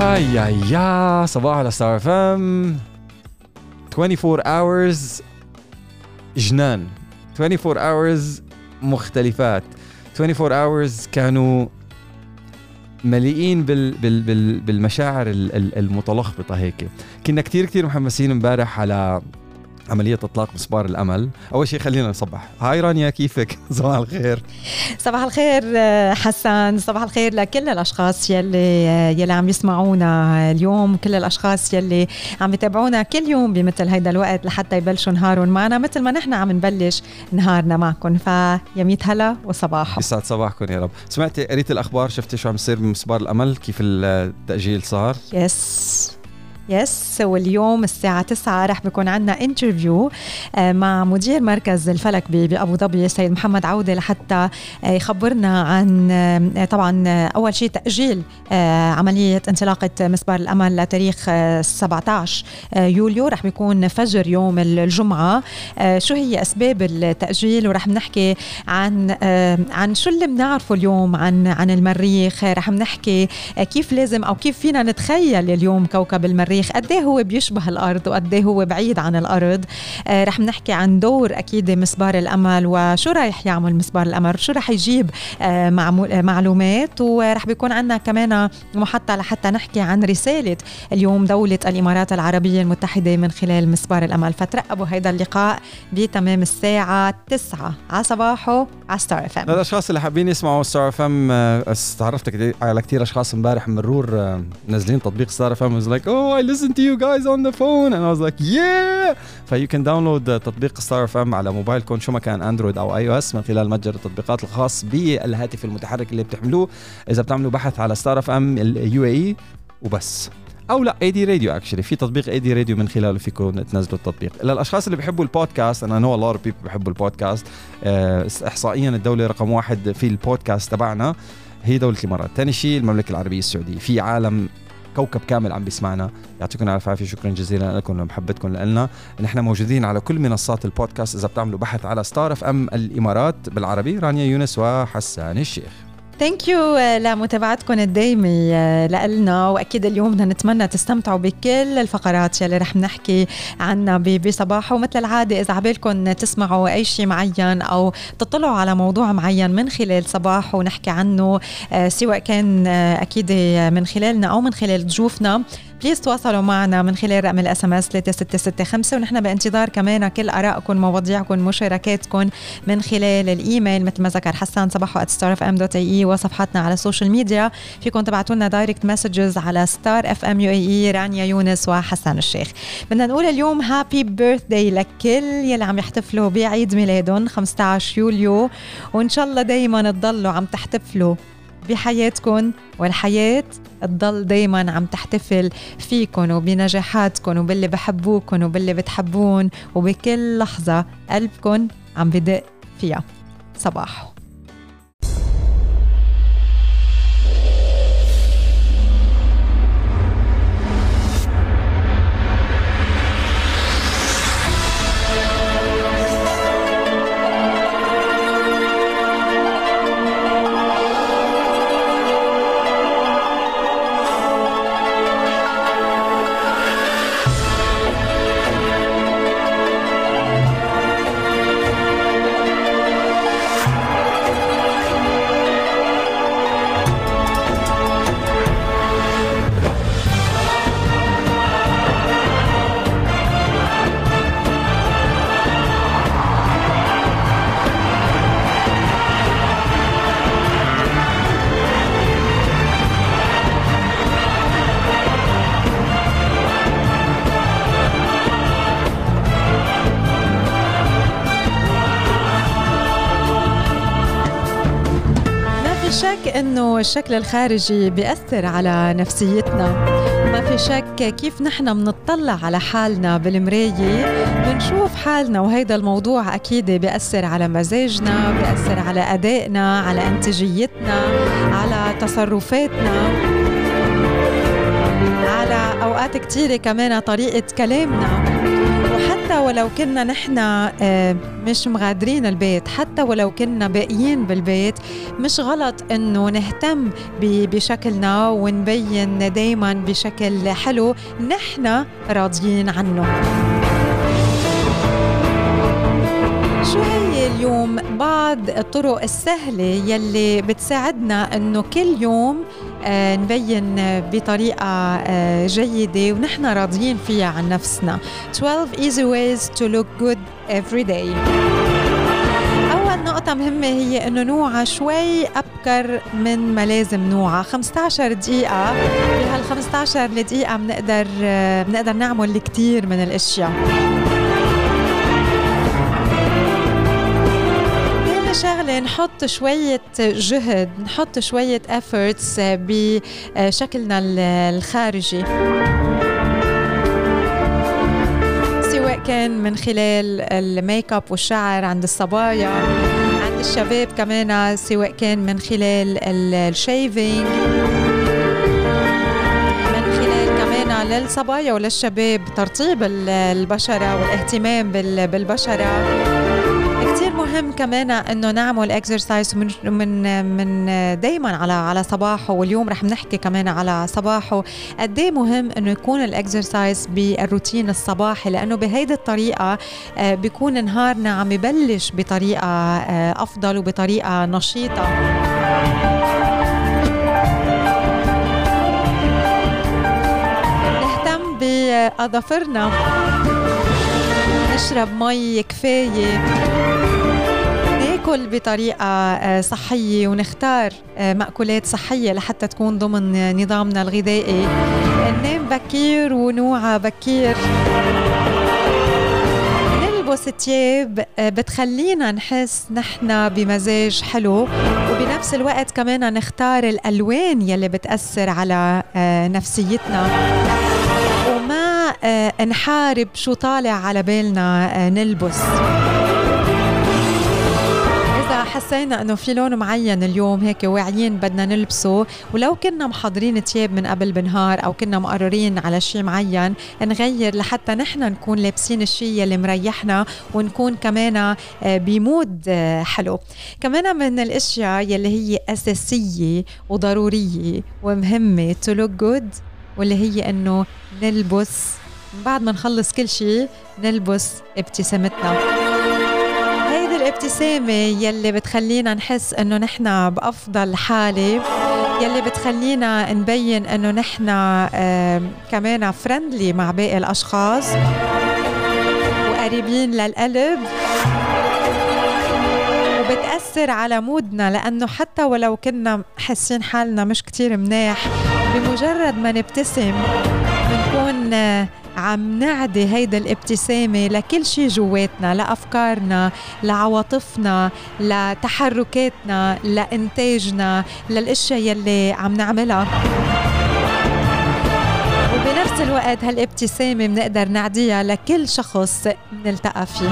يا صباح على ستار اف ام. 24 hours جنان، 24 hours مختلفات، 24 hours كانوا مليئين بالمشاعر المتلخبطة هيك. كنا كتير محمسين امبارح على عملية إطلاق مسبار الأمل. أول شيء خلينا نصبح. هاي رانيا، كيفك؟ صباح الخير. صباح الخير حسن، صباح الخير لكل الأشخاص يلي عم يسمعونا اليوم، كل الأشخاص يلي عم يتابعونا كل يوم بمثل هيدا الوقت لحتى يبلشوا نهارهم معنا مثل ما نحن عم نبلش نهارنا معكم. فيميت هلا وصباح. يسعد صباحكم يا رب. سمعتي قريت الأخبار؟ شفتي شو عم يصير بمسبار الأمل؟ كيف التأجيل صار؟ يس واليوم الساعة 9 رح بيكون عنا انترفيو مع مدير مركز الفلك بأبو ظبي السيد محمد عودة لحتى يخبرنا عن طبعا أول شيء تأجيل عملية انطلاقة مسبار الأمل لتاريخ 17 يوليو. رح بيكون فجر يوم الجمعة. شو هي أسباب التأجيل، ورح نحكي عن شو اللي بنعرفه اليوم عن المريخ. رح نحكي كيف لازم أو كيف فينا نتخيل اليوم كوكب المريخ، قد ايه هو بيشبه الأرض وقد ايه هو بعيد عن الأرض. رح نحكي عن دور أكيد مسبار الأمل وشو رايح يعمل مسبار الأمل، شو رح يجيب معلومات. ورح بيكون عنا كمان محطة لحتى نحكي عن رسالة اليوم دولة الإمارات العربية المتحدة من خلال مسبار الأمل. فترقبوا هيدا اللقاء بتمام الساعة 9 على صباحه على ستار اف ام. للأشخاص اللي حابين يسمعوا ستار اف ام، تعرفت على كتير أشخاص امبارح مرور نازلين تطبيق ستار اف ام. was like oh I listen to you guys on the phone and I was like yeah. you can download تطبيق ستار اف ام على موبايلكم شو ما كان اندرويد او اي او اس من خلال متجر التطبيقات الخاص بالهاتف المتحرك اللي بتحملوه. اذا بتعملوا بحث على ستار اف ام اليو اي وبس، او لا اي دي راديو. اكشلي في تطبيق اي دي راديو من خلاله فيكم تنزلوا التطبيق. للاشخاص اللي بيحبوا البودكاست، انا نو a lot of people بيحبوا البودكاست. احصائيا الدوله رقم 1 في البودكاست تبعنا هي دولة الإمارات. ثاني شيء المملكة العربية السعودية. في عالم كوكب كامل عم بيسمعنا. يعطيكم الف عافية، شكرا جزيلا لكم ومحبتكم لنا. نحن موجودين على كل منصات البودكاست. إذا بتعملوا بحث على ستار اف ام الإمارات بالعربي، رانيا يونس وحسان الشيخ. ثانك يو لمتابعتكم الدائمة لنا. وأكيد اليوم بدنا نتمنى تستمتعوا بكل الفقرات يلي رح نحكي عنها بصباحه. ومثل العادة إذا عبالكم تسمعوا أي شيء معين أو تطلعوا على موضوع معين من خلال صباح ونحكي عنه، سواء كان أكيد من خلالنا أو من خلال ضيوفنا، بليز تواصلوا معنا من خلال رقم الاس ام اس 3665. ونحن بانتظار كمان كل آرائكم، مواضيعكم، مشاركاتكم من خلال الإيميل مثل ما ذكر حسان صباحو @starfm.ae، وصفحاتنا على السوشيال ميديا فيكم تبعتوا لنا دايركت مسجز على ستار اف ام UAE رانيا يونس وحسان الشيخ. بدنا نقول اليوم هابي بيرثداي لكل يلي عم يحتفلوا بعيد ميلادهم 15 يوليو، وإن شاء الله دايما تضلوا عم تحتفلوا بحياتكم، والحياة تضل دايما عم تحتفل فيكم وبنجاحاتكم وباللي بحبوكم وباللي بتحبون، وبكل لحظة قلبكم عم بدق فيها. صباح. إنه الشكل الخارجي بيأثر على نفسيتنا. ما في شك كيف نحن بنطلع على حالنا بالمراية بنشوف حالنا، وهيدا الموضوع أكيد بيأثر على مزاجنا، بيأثر على أدائنا، على إنتاجيتنا، على تصرفاتنا، على أوقات كتيرة كمان طريقة كلامنا، وحتى حتى ولو كنا نحن مش مغادرين البيت، حتى ولو كنا باقيين بالبيت، مش غلط انه نهتم بشكلنا ونبين دايما بشكل حلو نحن راضيين عنه. شو هي اليوم بعض الطرق السهلة يلي بتساعدنا انه كل يوم نبين بطريقة جيدة ونحن راضيين فيها عن نفسنا؟ 12 easy ways to look good every day. أول نقطة مهمة هي إنه نوعى شوي أبكر من ما لازم نوعى. 15 دقيقة، بهال 15 دقيقة بنقدر نعمل الكثير من الأشياء. شغلة نحط شوية جهد، نحط شوية efforts بشكلنا الخارجي، سواء كان من خلال الميك اب والشعر عند الصبايا، عند الشباب كمان سواء كان من خلال الشيفينج، من خلال كمان للصبايا وللشباب ترطيب البشرة والاهتمام بالبشرة. كتير مهم كمان انه نعمل اكسرسايز من دايما على صباحه، واليوم رح نحكي كمان على صباحه. قد ايه مهم انه يكون الاكسرسايز بالروتين الصباحي، لانه بهيدي الطريقه بيكون نهارنا عم يبلش بطريقه افضل وبطريقه نشيطه. نهتم باظافرنا، نشرب مي كفايه، ناكل بطريقة صحية ونختار مأكولات صحية لحتى تكون ضمن نظامنا الغذائي. ننام بكير ونوعى بكير. نلبس ثياب بتخلينا نحس نحن بمزاج حلو، وبنفس الوقت كمان نختار الألوان يلي بتأثر على نفسيتنا، وما نحارب شو طالع على بالنا نلبس. حسينا انه في لون معين اليوم هيك واعيين بدنا نلبسه، ولو كنا محضرين ثياب من قبل بنهار او كنا مقررين على شيء معين، نغير لحتى نحن نكون لابسين الشيء اللي مريحنا ونكون كمان بمود حلو. كمان من الاشياء يلي هي اساسيه وضروريه ومهمه to look good، واللي هي انه نلبس بعد ما نخلص كل شيء نلبس ابتسامتنا. الابتسامة يلي بتخلينا نحس انه نحنا بأفضل حالة، يلي بتخلينا نبين انه نحنا كمان فرندلي مع باقي الاشخاص وقريبين للقلب، وبتأثر على مودنا، لانه حتى ولو كنا حاسين حالنا مش كتير مناح، بمجرد ما نبتسم بنكون عم نعدي هيدا الابتسامة لكل شي جواتنا، لأفكارنا، لعواطفنا، لتحركاتنا، لإنتاجنا، للأشياء يلي عم نعملها. وبنفس الوقت هالابتسامة بنقدر نعديها لكل شخص نلتقى فيه.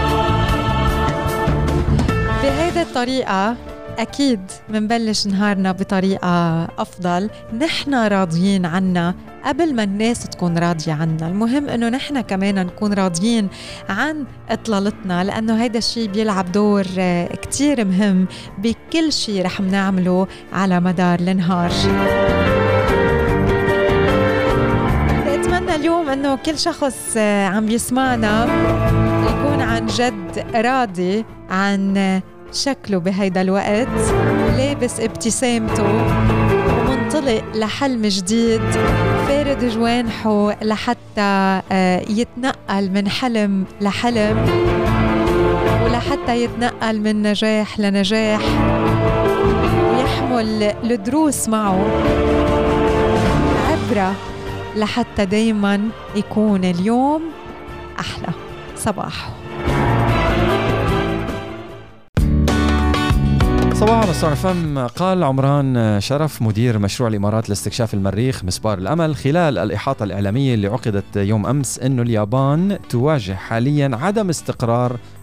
بهيدا الطريقة أكيد منبلش نهارنا بطريقة أفضل، نحن راضيين عنا قبل ما الناس تكون راضية عنا. المهم إنه نحن كمان نكون راضيين عن إطلالتنا، لأنه هيدا الشيء بيلعب دور كتير مهم بكل شيء رح نعمله على مدار النهار. أتمنى اليوم إنه كل شخص عم بيسمعنا يكون عن جد راضي عن شكله بهيدا الوقت، لابس ابتسامته ومنطلق لحلم جديد، فارد جوانحه لحتى يتنقل من حلم لحلم، ولحتى يتنقل من نجاح لنجاح، ويحمل الدروس معه عبرة لحتى دايما يكون اليوم أحلى. صباحه صباح مستر فم. قال عمران شرف مدير مشروع الإمارات لاستكشاف المريخ مسبار الأمل خلال الإحاطة الإعلامية اللي عقدت يوم أمس إنه اليابان تواجه حاليا عدم استقرار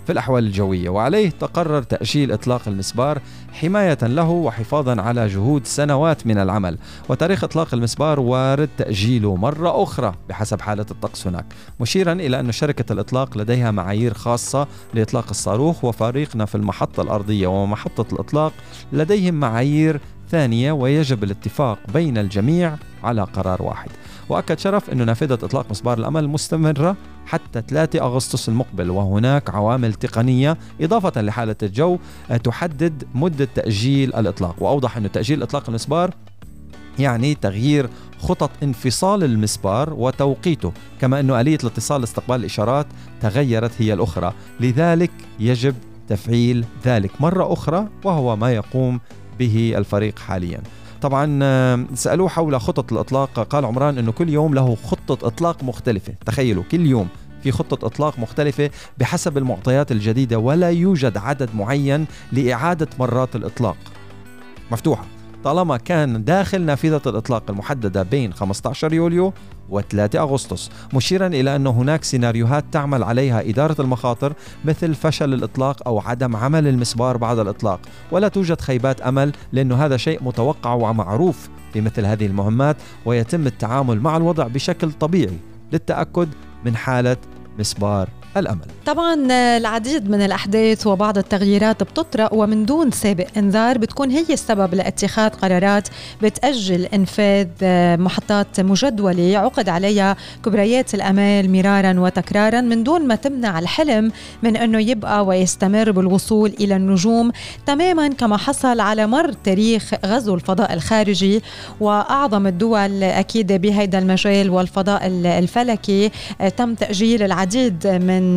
في الأحوال الجوية، وعليه تقرر تأجيل إطلاق المسبار حماية له وحفاظا على جهود سنوات من العمل. وتاريخ إطلاق المسبار وارد تأجيله مرة أخرى بحسب حالة الطقس هناك، مشيرا إلى أن شركة الإطلاق لديها معايير خاصة لإطلاق الصاروخ، وفريقنا في المحطة الأرضية ومحطة الإطلاق لديهم معايير ثانية، ويجب الاتفاق بين الجميع على قرار واحد. وأكد شرف أن نافذة إطلاق مسبار الأمل مستمرة حتى 3 أغسطس المقبل، وهناك عوامل تقنية إضافة لحالة الجو تحدد مدة تأجيل الإطلاق. وأوضح أن تأجيل إطلاق المسبار يعني تغيير خطط انفصال المسبار وتوقيته، كما أن آلية الاتصال لاستقبال الإشارات تغيرت هي الأخرى، لذلك يجب تفعيل ذلك مرة أخرى، وهو ما يقوم به الفريق حاليا. طبعا سألوه حول خطط الإطلاق، قال عمران أنه كل يوم له خطة إطلاق مختلفة. تخيلوا كل يوم في خطة إطلاق مختلفة بحسب المعطيات الجديدة، ولا يوجد عدد معين لإعادة مرات الإطلاق، مفتوحة طالما كان داخل نافذة الإطلاق المحددة بين 15 يوليو و3 أغسطس، مشيرا إلى أن هناك سيناريوهات تعمل عليها إدارة المخاطر مثل فشل الإطلاق أو عدم عمل المسبار بعد الإطلاق، ولا توجد خيبات أمل لأنه هذا شيء متوقع ومعروف في مثل هذه المهمات، ويتم التعامل مع الوضع بشكل طبيعي للتأكد من حالة مسبار الأمل. طبعا العديد من الأحداث وبعض التغييرات بتطرأ ومن دون سابق إنذار بتكون هي السبب لاتخاذ قرارات بتأجل إنفاذ محطات مجدولة عقد عليها كبريات الأمال مرارا وتكرارا، من دون ما تمنع الحلم من أنه يبقى ويستمر بالوصول إلى النجوم، تماما كما حصل على مر تاريخ غزو الفضاء الخارجي. وأعظم الدول أكيد بهذا المجال والفضاء الفلكي تم تأجيل العديد من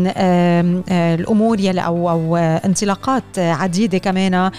الأمور أو انطلاقات عديدة كمان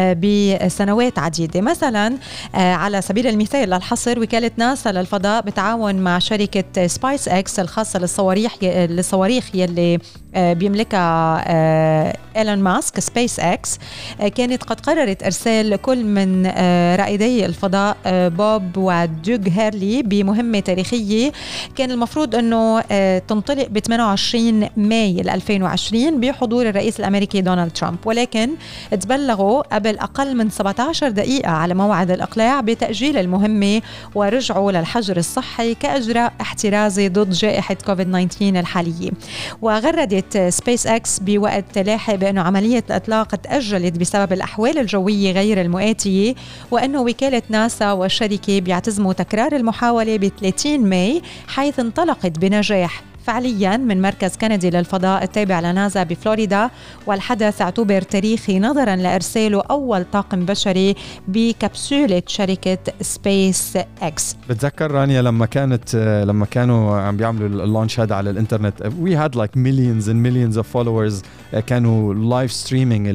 بسنوات عديدة. مثلا على سبيل المثال للحصر، وكالة ناسا للفضاء بتعاون مع شركة سبايس اكس الخاصة للصواريخ يلي بيملكها إيلون ماسك سبيس اكس، كانت قد قررت إرسال كل من رائدي الفضاء بوب ودوغ هيرلي بمهمة تاريخية كان المفروض أنه تنطلق ب 28 ماي 2020 بحضور الرئيس الأمريكي دونالد ترامب، ولكن تبلغوا قبل أقل من 17 دقيقة على موعد الإقلاع بتأجيل المهمة، ورجعوا للحجر الصحي كإجراء احترازي ضد جائحة كوفيد-19 الحالية. وغردت سبيس اكس بوقت لاحق بأنه عملية الإطلاق تأجلت بسبب الأحوال الجوية غير المؤاتية، وأنه وكالة ناسا والشركة بيعتزموا تكرار المحاولة ب 30 ماي حيث انطلقت بنجاح فعليا من مركز كندي للفضاء التابع لناسا بفلوريدا، والحدث اعتبر تاريخي نظرا لإرساله أول طاقم بشري بكبسولة شركة سبيس اكس. بتذكر رانيا لما كانوا عم بيعملوا اللانش هذا على الانترنت، we had like millions and millions of followers كانوا live streaming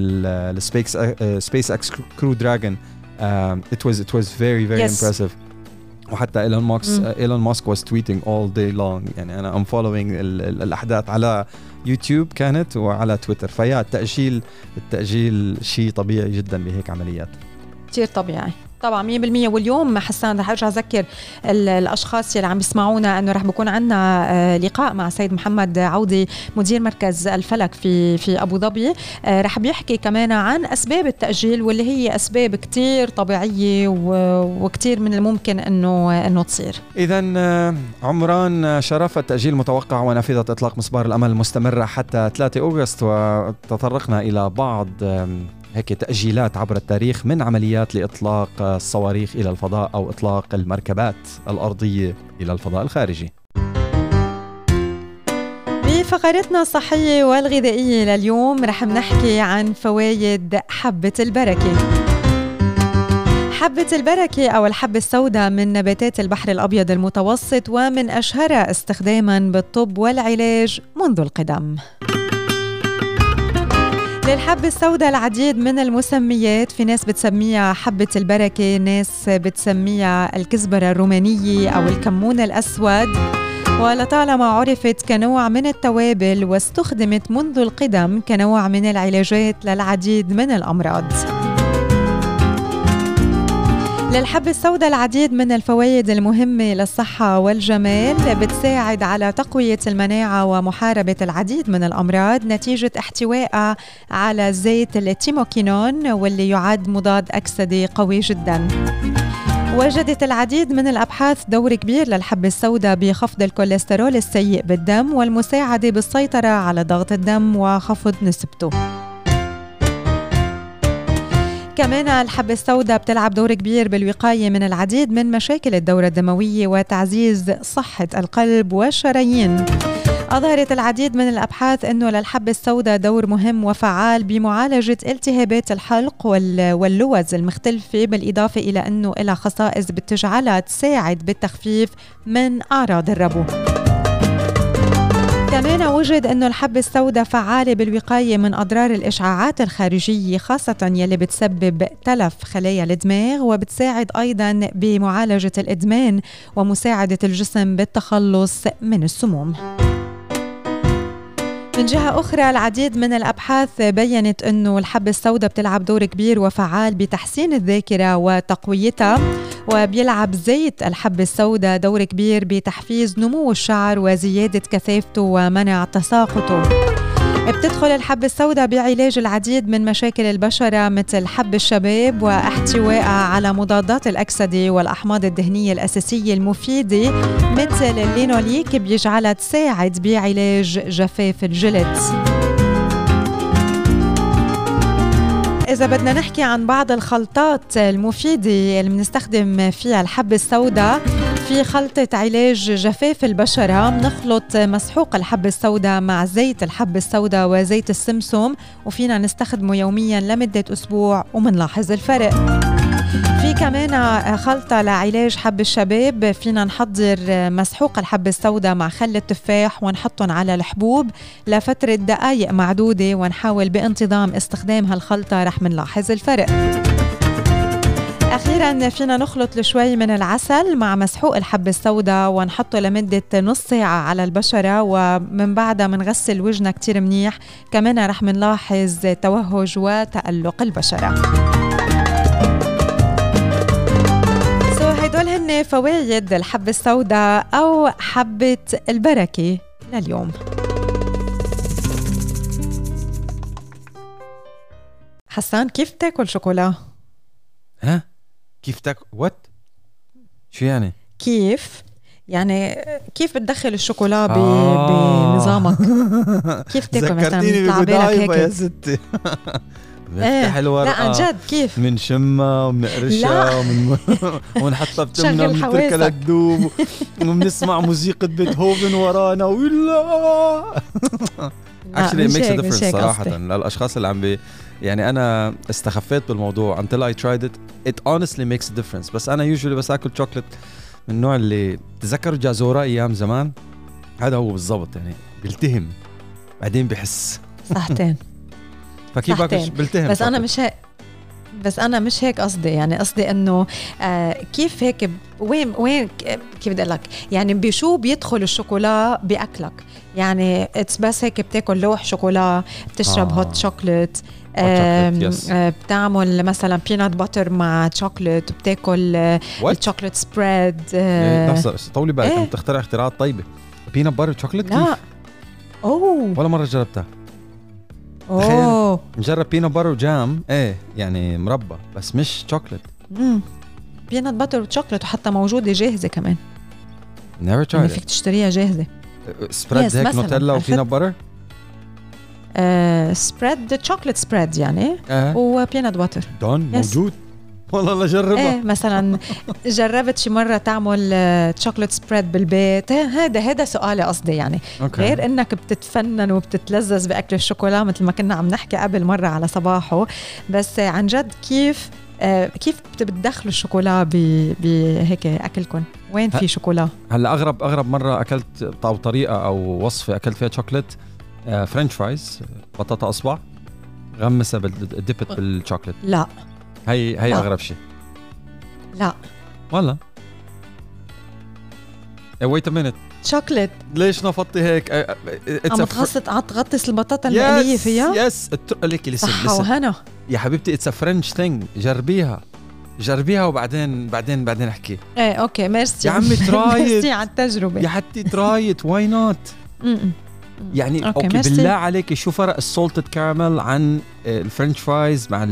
السبيس اكس كرو دراجون. it was very yes. impressive. وحتى إيلون ماسك was tweeting all day long. يعني أنا I'm following الأحداث على يوتيوب كانت وعلى تويتر. فيا التأجيل شيء طبيعي جدا بهيك عمليات، كتير طبيعي طبعا 100%. واليوم حسان رح ارجع اذكر الاشخاص اللي عم يسمعونا انه رح بكون عندنا لقاء مع سيد محمد عودي مدير مركز الفلك في ابو ظبي، رح بيحكي كمان عن اسباب التاجيل واللي هي اسباب كتير طبيعيه وكتير من الممكن انه تصير. اذا عمران شرف، التاجيل متوقع ونافذه اطلاق مسبار الامل مستمره حتى 3 أغسطس، وتطرقنا الى بعض هيك تأجيلات عبر التاريخ من عمليات لإطلاق الصواريخ إلى الفضاء أو إطلاق المركبات الأرضية إلى الفضاء الخارجي. بفقرتنا الصحية والغذائية لليوم رح نحكي عن فوائد حبة البركة. حبة البركة أو الحبة السوداء من نباتات البحر الأبيض المتوسط، ومن أشهرها استخداما بالطب والعلاج منذ القدم. للحبة السوداء العديد من المسميات، في ناس بتسميها حبة البركة، ناس بتسميها الكزبرة الرومانية أو الكمون الأسود، ولطالما عرفت كنوع من التوابل واستخدمت منذ القدم كنوع من العلاجات للعديد من الأمراض. للحبة السوداء العديد من الفوائد المهمة للصحة والجمال، بتساعد على تقوية المناعة ومحاربة العديد من الأمراض نتيجة احتوائها على زيت التيموكينون واللي يعد مضاد أكسدة قوي جداً. وجدت العديد من الأبحاث دور كبير للحبة السوداء بخفض الكوليسترول السيء بالدم والمساعدة بالسيطرة على ضغط الدم وخفض نسبته. كمان الحبة السوداء بتلعب دور كبير بالوقاية من العديد من مشاكل الدورة الدموية وتعزيز صحة القلب والشرايين. أظهرت العديد من الأبحاث أنه للحبة السوداء دور مهم وفعال بمعالجة التهابات الحلق واللوز المختلفة، بالإضافة إلى أنه لها خصائص بتجعلها تساعد بالتخفيف من أعراض الربو. كمان وجد أنه الحبة السوداء فعالة بالوقاية من أضرار الإشعاعات الخارجية، خاصة يلي بتسبب تلف خلايا الدماغ، وبتساعد أيضا بمعالجة الإدمان ومساعدة الجسم بالتخلص من السموم. من جهة أخرى العديد من الأبحاث بيّنت أنه الحبة السوداء بتلعب دور كبير وفعال بتحسين الذاكرة وتقويتها، وبيلعب زيت الحبة السوداء دور كبير بتحفيز نمو الشعر وزيادة كثافته ومنع تساقطه. بتدخل الحبة السوداء بعلاج العديد من مشاكل البشرة مثل حب الشباب، واحتوائها على مضادات الأكسدة والأحماض الدهنية الأساسية المفيدة مثل اللينوليك بيجعلها تساعد بعلاج جفاف الجلد. إذا بدنا نحكي عن بعض الخلطات المفيدة اللي بنستخدم فيها الحبة السوداء، في خلطة علاج جفاف البشرة بنخلط مسحوق الحبة السوداء مع زيت الحبة السوداء وزيت السمسم، وفينا نستخدمه يوميا لمدة أسبوع ومنلاحظ الفرق. في كمان خلطة لعلاج حب الشباب، فينا نحضر مسحوق الحبة السوداء مع خل التفاح ونحطهم على الحبوب لفترة دقائق معدودة، ونحاول بانتظام استخدام هالخلطة رح منلاحظ الفرق. أخيراً فينا نخلط شوي من العسل مع مسحوق الحبة السوداء ونحطه لمدة نص ساعة على البشرة، ومن بعدها منغسل وجهنا كتير منيح. كمان رح منلاحظ توهج وتألق البشرة. هدول هن فوائد الحبة السوداء أو حبة البركة لليوم. حسان، كيف تاكل شوكولا؟ ها؟ كيف تاكل؟ وات؟ شو يعني؟ كيف بتدخل الشوكولا بنظامك؟ كيف تاكل مثلا؟ ذكرتيني ببداية يا ستي. بنفتح الورقة، لا عن جد كيف؟ منشمها ومنقرشها ونحطها بتمنا ونتركها تدوب وبنسمع موسيقى بيتهوفن ورانا ولا actually it makes a difference صراحة للأشخاص اللي عم يعني أنا استخفيت بالموضوع until I tried it honestly makes a difference. بس أنا usually بس أكل شوكولات من النوع اللي تذكروا جازورة أيام زمان، هذا هو بالضبط، يعني بيلتهم بعدين بحس صحتين. فكيف باكل بلتهم. بس أنا مش هيك قصدي، يعني قصدي إنه كيف هيك وين كيف بدي لك، يعني بشو بيدخل الشوكولا بأكلك؟ يعني بس هيك بتاكل لوح شوكولا، بتشرب هوت شوكولات، بتعمل مثلا بينات باتر مع شوكولات، وبتاكل الشوكولات سبريد. نفس طولي بالك عم تخترع اختراعات طيبة. بينات باتر شوكولات لا كيف؟ ولا مرة جربتها. نجرب بينات باتر وجام، يعني مربى بس مش شوكولات. بينات باتر وشوكولات، وحتى موجودة جاهزة كمان. never tried يعني فيك تشتريها جاهزة. سبريد هيك نوتيلا وبينات باتر. سبريد شوكولات سبريد يعني وبينات باتر موجود. والله لا جربها. مثلا جربت شي مرة تعمل شوكولات سبريد بالبيت؟ هذا سؤالي قصدي، يعني غير انك بتتفنن وبتتلذذ بأكل الشوكولا مثل ما كنا عم نحكي قبل مرة على صباحه، بس عن جد كيف بتدخلوا الشوكولا بهيك أكلكم؟ وين في شوكولا؟ هلا أغرب مرة أكلت أو طريقة أو وصفة أكلت فيها شوكولات فرنش فرايز، بطاطا أصبع غمسها ديبت بالشوكولات. لا هي لا. أغرب شيء. لا والله. wait a minute. شوكولات ليش نفضتي هيك؟ عم تغطس البطاطا المقلية فيها؟ يس ليكي لسه وهنا يا حبيبتي it's a French thing، جربيها. جربيها وبعدين احكي. ايه اوكي ميرسي يا عمي ترايت ميرسي على التجربه يا حتى ترايت واي نوت. يعني اوكي بالله عليك شو فرق السولتد كاراميل عن الفرنش فرايز مع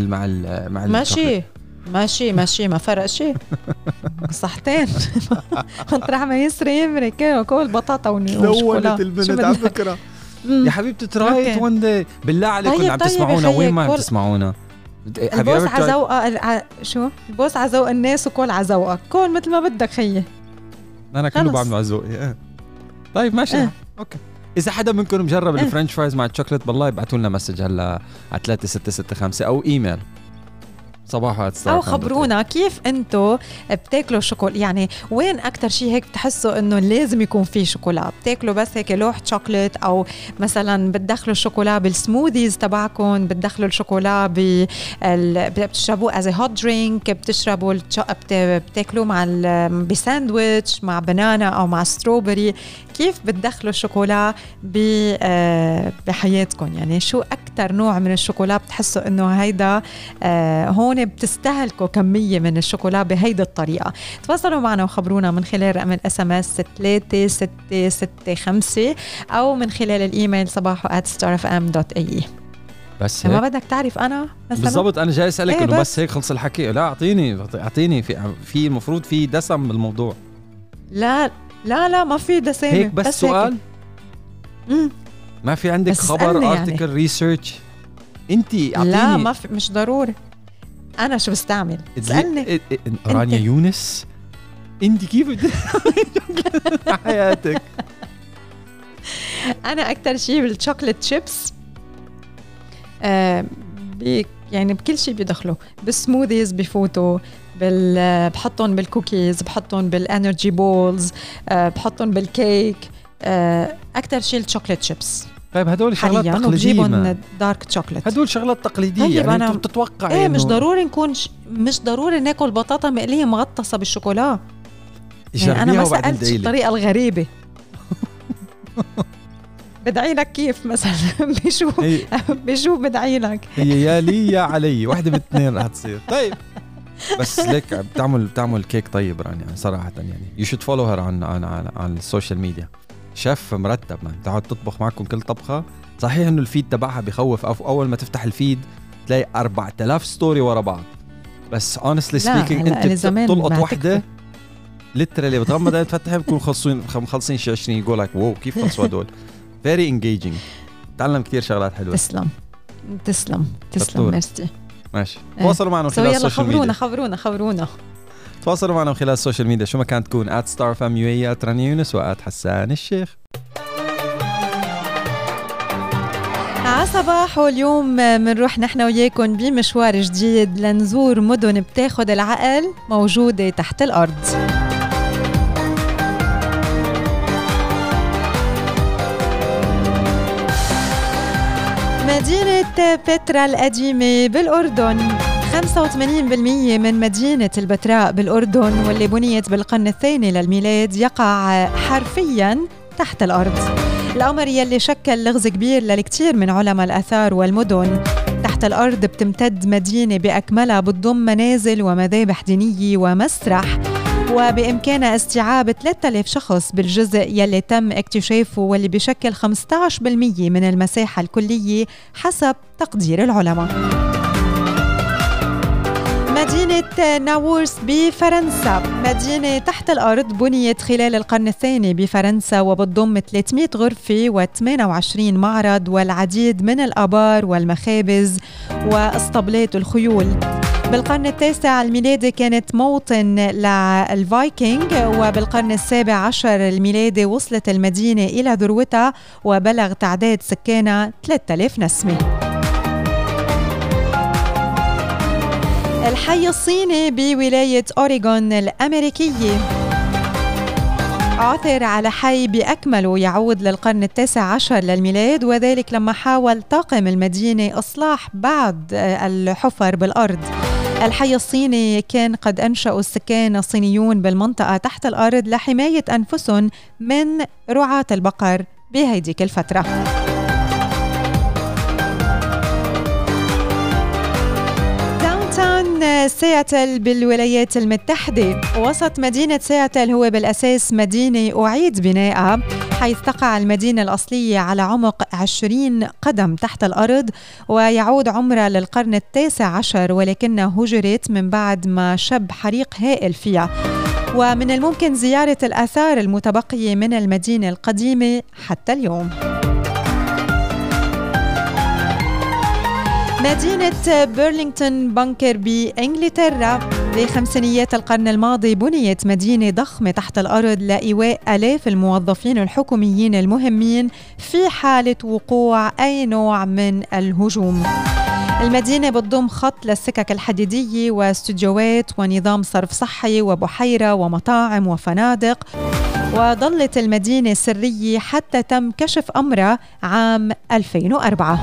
ماشي ما فرق شيء. صحتين مطرح ما يسري يمرك كل بطاطا ونشوكولا. البنت على فكره يا حبيبتي ترايت وان داي بالله عليكم. عم تسمعونا وين ما عم تسمعونا؟ البوس عزوقة شو البوس عزوق الناس وكل عزوقك كل مثل ما بدك خيي. انا كله بعمله عزوقي. طيب ماشي اوكي. اذا حدا منكم مجرب الفرنش فرايز مع الشوكليت بالله ابعتوا لنا مسج هلا على 3665 او ايميل صباحا او خبرونا كيف انتو بتاكلوا شوكولا. يعني وين اكتر شيء هيك بتحسوا انه لازم يكون فيه شوكولا؟ بتاكلوا بس هيك لوح شوكليت، او مثلا بتدخلوا الشوكولا بالسموذيز تبعكم، بتدخلوا الشوكولا بتشربوه از هوت درينك، بتشربوا بتاكلوه مع بساندويتش مع بنانا او مع ستروبري. كيف بتدخلوا الشوكولا بحياتكم؟ يعني شو اكتر نوع من الشوكولا بتحسوا انه هيدا هون بتستهلكوا كمية من الشوكولا بهيدي الطريقة؟ تواصلوا معنا وخبرونا من خلال رقم الSMS 3665 أو من خلال الإيميل صباحو@starfm.ae. بس ما بدك تعرف أنا مثلا بالضبط. أنا جاي أسألك إنه بس هيك خلص الحكي؟ لا أعطيني في المفروض في دسم بالموضوع. لا ما في دسم هيك بس سؤال ما في عندك خبر ارتكل ريسيرش انتي اعطيني؟ لا ما في، مش ضروري. انا شو بستعمل؟ اسالني. رانيا يونس انتي كيف حياتك؟ انا اكتر شيء بالشوكليت شيبس، يعني بكل شيء بيدخلوا بالسموذيز، بفوتوا بحطهم بالكوكيز، بحطهم بالانرجي بولز، بحطهم بالكيك. اكتر شيء الشوكليت شيبس. طيب هدول شغلات تقليدية، وبجيبهم دارك شوكليت. هدول شغلات تقليدية. يعني انتم بتتوقع مش ضروري مش ضروري ناكل بطاطا مقلية مغطسة بالشوكولا. يعني انا ما سألتش الطريقة الغريبة. بدعي لك كيف مثلا بشوف بدعي لك هي يا لي يا علي، واحدة من الاثنين رح تصير. طيب بس ليك بتعمل كيك طيب رانيا يعني صراحة. يعني you should follow her عن السوشيال ميديا. شيف مرتب مان، تقعد تطبخ معكم كل طبخة. صحيح انه الفيد تبعها بخوف، اول ما تفتح الفيد تلاقي 4000 ستوري ورا بعض، بس honestly speaking انت تلقط واحدة ليترالي بتغمض عينك تفتحها بكون مخلصين شي 20. يقول لك واو كيف خلصوا هدول. very engaging. تعلم كتير شغلات حلوة. تسلم ميرسي. ماشي. تواصلوا معنا خلال السوشيال ميديا. خبرونا تواصلوا معنا خلال السوشيال ميديا شو ما كانت تكون @starfm_UAE @رانيا يونس @حسان الشيخ. عصباح واليوم منروح نحن وياكم بمشوار جديد لنزور مدن بتاخد العقل موجودة تحت الأرض. مدينة بترا القديمة بالأردن 85% من مدينة البتراء بالأردن واللي بنيت بالقرن الثاني للميلاد يقع حرفياً تحت الأرض. الأمر يلي شكل لغز كبير للكثير من علماء الآثار والمدن. تحت الأرض بتمتد مدينة بأكملها بتضم منازل ومذابح دينية ومسرح، وبإمكانها استيعاب 3000 شخص بالجزء يلي تم اكتشافه واللي بيشكل 15% من المساحة الكلية حسب تقدير العلماء. مدينة ناورس بفرنسا مدينة تحت الأرض بنيت خلال القرن الثاني بفرنسا وبتضم 300 غرفة و28 معرض والعديد من الآبار والمخابز واسطبلات الخيول. بالقرن التاسع الميلادي كانت موطن للفايكنج، وبالقرن السابع عشر الميلادي وصلت المدينة إلى ذروتها وبلغ تعداد سكانها 3000 نسمة. الحي الصيني بولاية أوريغون الأمريكية عثر على حي بأكمله يعود للقرن التاسع عشر للميلاد، وذلك لما حاول طاقم المدينة إصلاح بعض الحفر بالأرض. الحي الصيني كان قد أنشأوا السكان الصينيون بالمنطقة تحت الأرض لحماية أنفسهم من رعاة البقر بهيديك الفترة. سياتل بالولايات المتحدة. وسط مدينة سياتل هو بالأساس مدينة أعيد بنائها، حيث تقع المدينة الأصلية على عمق 20 قدم تحت الأرض، ويعود عمرها للقرن ال19، ولكنها هجرت من بعد ما شب حريق هائل فيها. ومن الممكن زيارة الآثار المتبقية من المدينة القديمة حتى اليوم. مدينة بيرلينغتون بانكر بإنجلترا بخمسينيات القرن الماضي بنيت مدينة ضخمة تحت الأرض لإيواء آلاف الموظفين الحكوميين المهمين في حالة وقوع أي نوع من الهجوم. المدينة بتضم خط للسكك الحديدية واستوديوهات ونظام صرف صحي وبحيرة ومطاعم وفنادق، وظلت المدينة سرية حتى تم كشف أمرها عام 2004.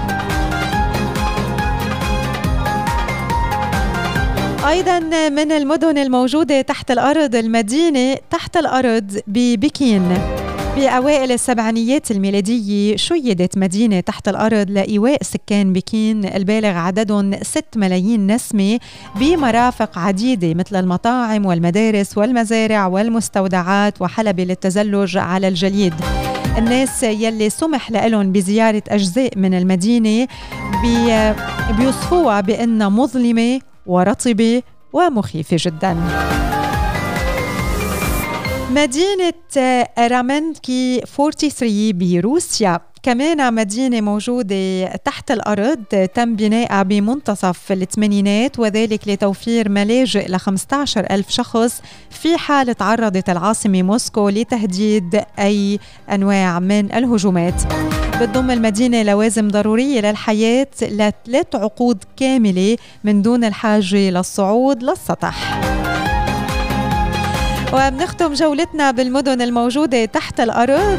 أيضاً من المدن الموجودة تحت الأرض المدينة تحت الأرض ببكين. بأوائل السبعينيات الميلادية شيدت مدينة تحت الأرض لإيواء سكان بكين البالغ عددهم 6 ملايين نسمة بمرافق عديدة مثل المطاعم والمدارس والمزارع والمستودعات وحلبة للتزلج على الجليد. الناس يلي سمح لهم بزيارة أجزاء من المدينة بيوصفوها بأنها مظلمة ورطبة ومخيفة جداً. مدينة رامنكي 43 بروسيا كمان مدينة موجودة تحت الأرض، تم بنائها بمنتصف الثمانينات، وذلك لتوفير ملاجئ ل15,000 شخص في حال تعرضت العاصمة موسكو لتهديد أي أنواع من الهجومات. بتضم المدينة لوازم ضرورية للحياة ل3 عقود كاملة من دون الحاجة للصعود للسطح. وبنختم جولتنا بالمدن الموجودة تحت الأرض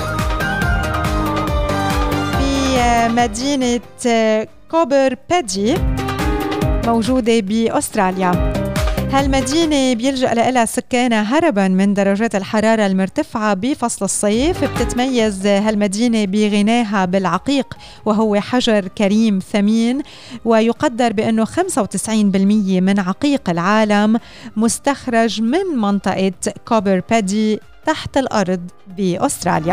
بمدينة كوبر بادي موجودة بأستراليا. هالمدينة بيلجأ لها سكانها هرباً من درجات الحرارة المرتفعة بفصل الصيف. بتتميز هالمدينة بغناها بالعقيق، وهو حجر كريم ثمين، ويقدر بأنه 95% من عقيق العالم مستخرج من منطقة كوبر بادي تحت الأرض بأستراليا.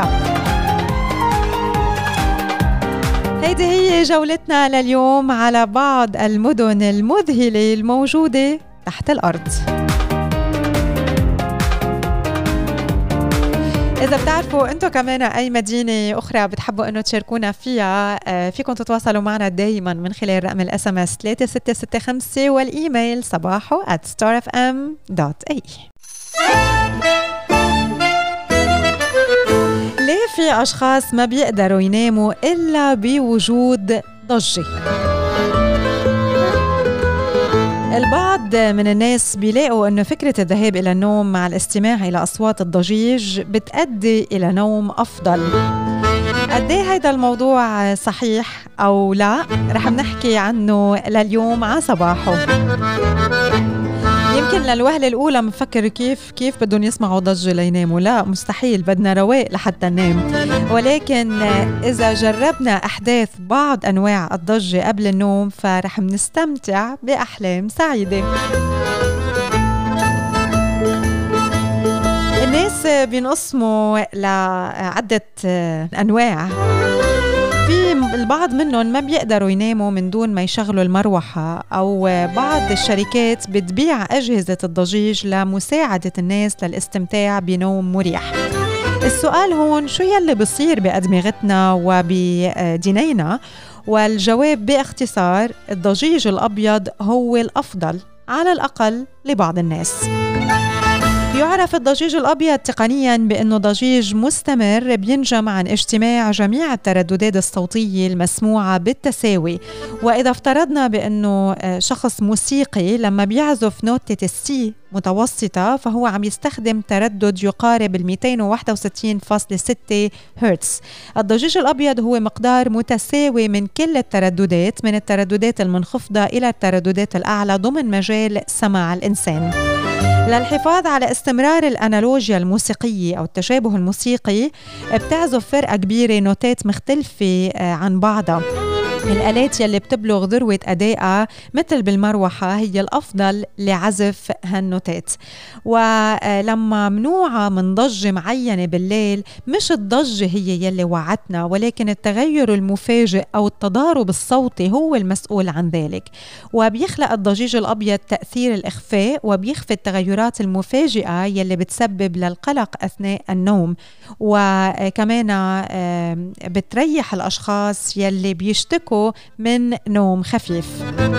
هيدي هي جولتنا لليوم على بعض المدن المذهلة الموجودة تحت الأرض. إذا بتعرفوا أنتوا كمان أي مدينة أخرى بتحبوا أنه تشاركونا فيها، فيكم تتواصلوا معنا دايما من خلال رقم الSMS 3665 والإيميل صباحو@starfm.ae. ليه في أشخاص ما بيقدروا يناموا إلا بوجود ضجة؟ البعض من الناس بيلاقوا أنه فكرة الذهاب إلى النوم مع الاستماع إلى أصوات الضجيج بتؤدي إلى نوم أفضل. قد ايه هيدا الموضوع صحيح أو لا؟ رح نحكي عنه لليوم على صباحو. يمكن للوهلة الأولى مفكر كيف بدهم يسمعوا ضجة ليناموا. لا، مستحيل، بدنا رواق لحتى ننام. ولكن إذا جربنا أحداث بعض أنواع الضجة قبل النوم فرح نستمتع بأحلام سعيدة. الناس بينقسموا لعدة أنواع. في البعض منهم ما بيقدروا يناموا من دون ما يشغلوا المروحة، أو بعض الشركات بتبيع أجهزة الضجيج لمساعدة الناس للاستمتاع بنوم مريح. السؤال هون شو يلي بصير بأدمغتنا وبدينينا؟ والجواب باختصار الضجيج الأبيض هو الأفضل على الأقل لبعض الناس. يعرف الضجيج الأبيض تقنياً بأنه ضجيج مستمر بينجم عن اجتماع جميع الترددات الصوتية المسموعة بالتساوي. وإذا افترضنا بأنه شخص موسيقي لما بيعزف نوتة السي متوسطة فهو عم يستخدم تردد يقارب 261.6 هرتز. الضجيج الأبيض هو مقدار متساوي من كل الترددات، من الترددات المنخفضة إلى الترددات الأعلى ضمن مجال سماع الإنسان. للحفاظ على استمرار الأنالوجيا الموسيقية أو التشابه الموسيقي بتعزف فرقة كبيرة نوتات مختلفة عن بعضها. الآلات يلي بتبلغ ذروة أدائها مثل بالمروحة هي الأفضل لعزف هالنوتات. ولما منوعة من ضجة معينة بالليل، مش الضجة هي يلي وعتنا، ولكن التغير المفاجئ أو التضارب الصوتي هو المسؤول عن ذلك. وبيخلق الضجيج الأبيض تأثير الإخفاء، وبيخفي التغيرات المفاجئة يلي بتسبب للقلق أثناء النوم. وكمان بتريح الأشخاص يلي بيشتكوا من نوم خفيف.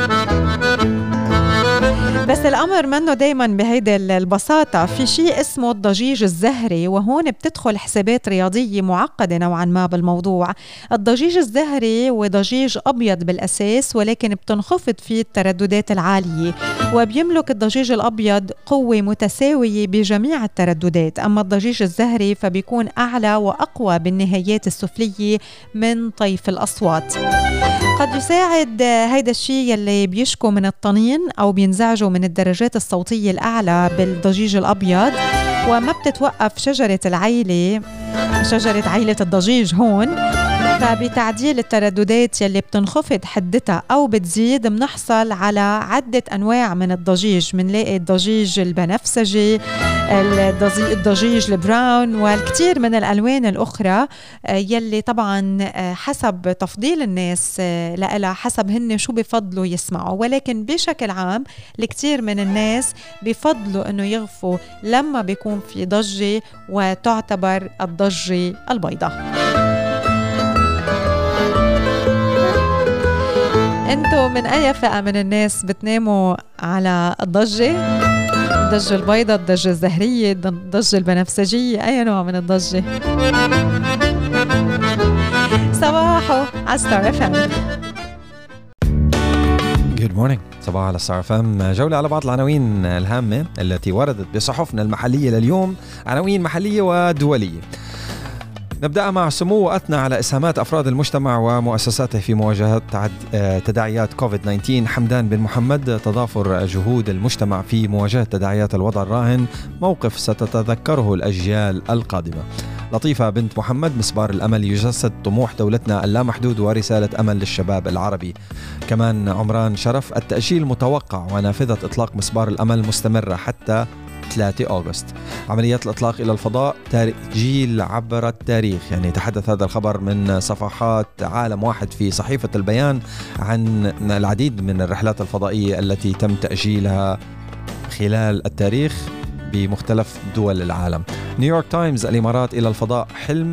بس الأمر منه دايما بهيدا البساطة، في شيء اسمه الضجيج الزهري، وهون بتدخل حسابات رياضية معقدة نوعا ما بالموضوع. الضجيج الزهري وضجيج أبيض بالأساس، ولكن بتنخفض فيه الترددات العالية، وبيملك الضجيج الأبيض قوة متساوية بجميع الترددات. أما الضجيج الزهري فبيكون أعلى وأقوى بالنهايات السفلية من طيف الأصوات. قد يساعد هيدا الشيء يلي بيشكو من الطنين أو بينزعجوا من الدرجات الصوتية الأعلى بالضجيج الأبيض. وما بتتوقف شجرة عيلة الضجيج هون، فبتعديل الترددات يلي بتنخفض حدتها أو بتزيد بنحصل على عدة أنواع من الضجيج. منلاقي الضجيج البنفسجي، الضجيج البراون، والكثير من الألوان الأخرى يلي طبعا حسب تفضيل الناس لها، حسب هن شو بفضلوا يسمعوا. ولكن بشكل عام الكثير من الناس بفضلوا أنه يغفوا لما بيكون في ضجة، وتعتبر الضجة البيضاء. انتو من اي فئة من الناس بتناموا على الضجة؟ الضجة البيضاء، الضجة الزهرية، الضجة البنفسجية، اي نوع من الضجة؟ صباحو على ستار اف ام. Good morning. صباح على ستار اف ام. جولة على بعض العناوين الهامة التي وردت بصحفنا المحلية لليوم، عناوين محلية ودولية. نبدأ مع سمو وأثنى على إسهامات أفراد المجتمع ومؤسساته في مواجهة تداعيات كوفيد-19. حمدان بن محمد: تضافر جهود المجتمع في مواجهة تداعيات الوضع الراهن موقف ستتذكره الأجيال القادمة. لطيفة بنت محمد: مسبار الأمل يجسد طموح دولتنا اللامحدود ورسالة أمل للشباب العربي. كمان عمران شرف: التأجيل متوقع ونافذة إطلاق مسبار الأمل مستمرة حتى 3 أغسطس. عمليات الإطلاق إلى الفضاء تأجيل عبر التاريخ. يعني تحدث هذا الخبر من صفحات عالم واحد في صحيفة البيان عن العديد من الرحلات الفضائية التي تم تأجيلها خلال التاريخ بمختلف دول العالم. نيويورك تايمز: الإمارات إلى الفضاء حلم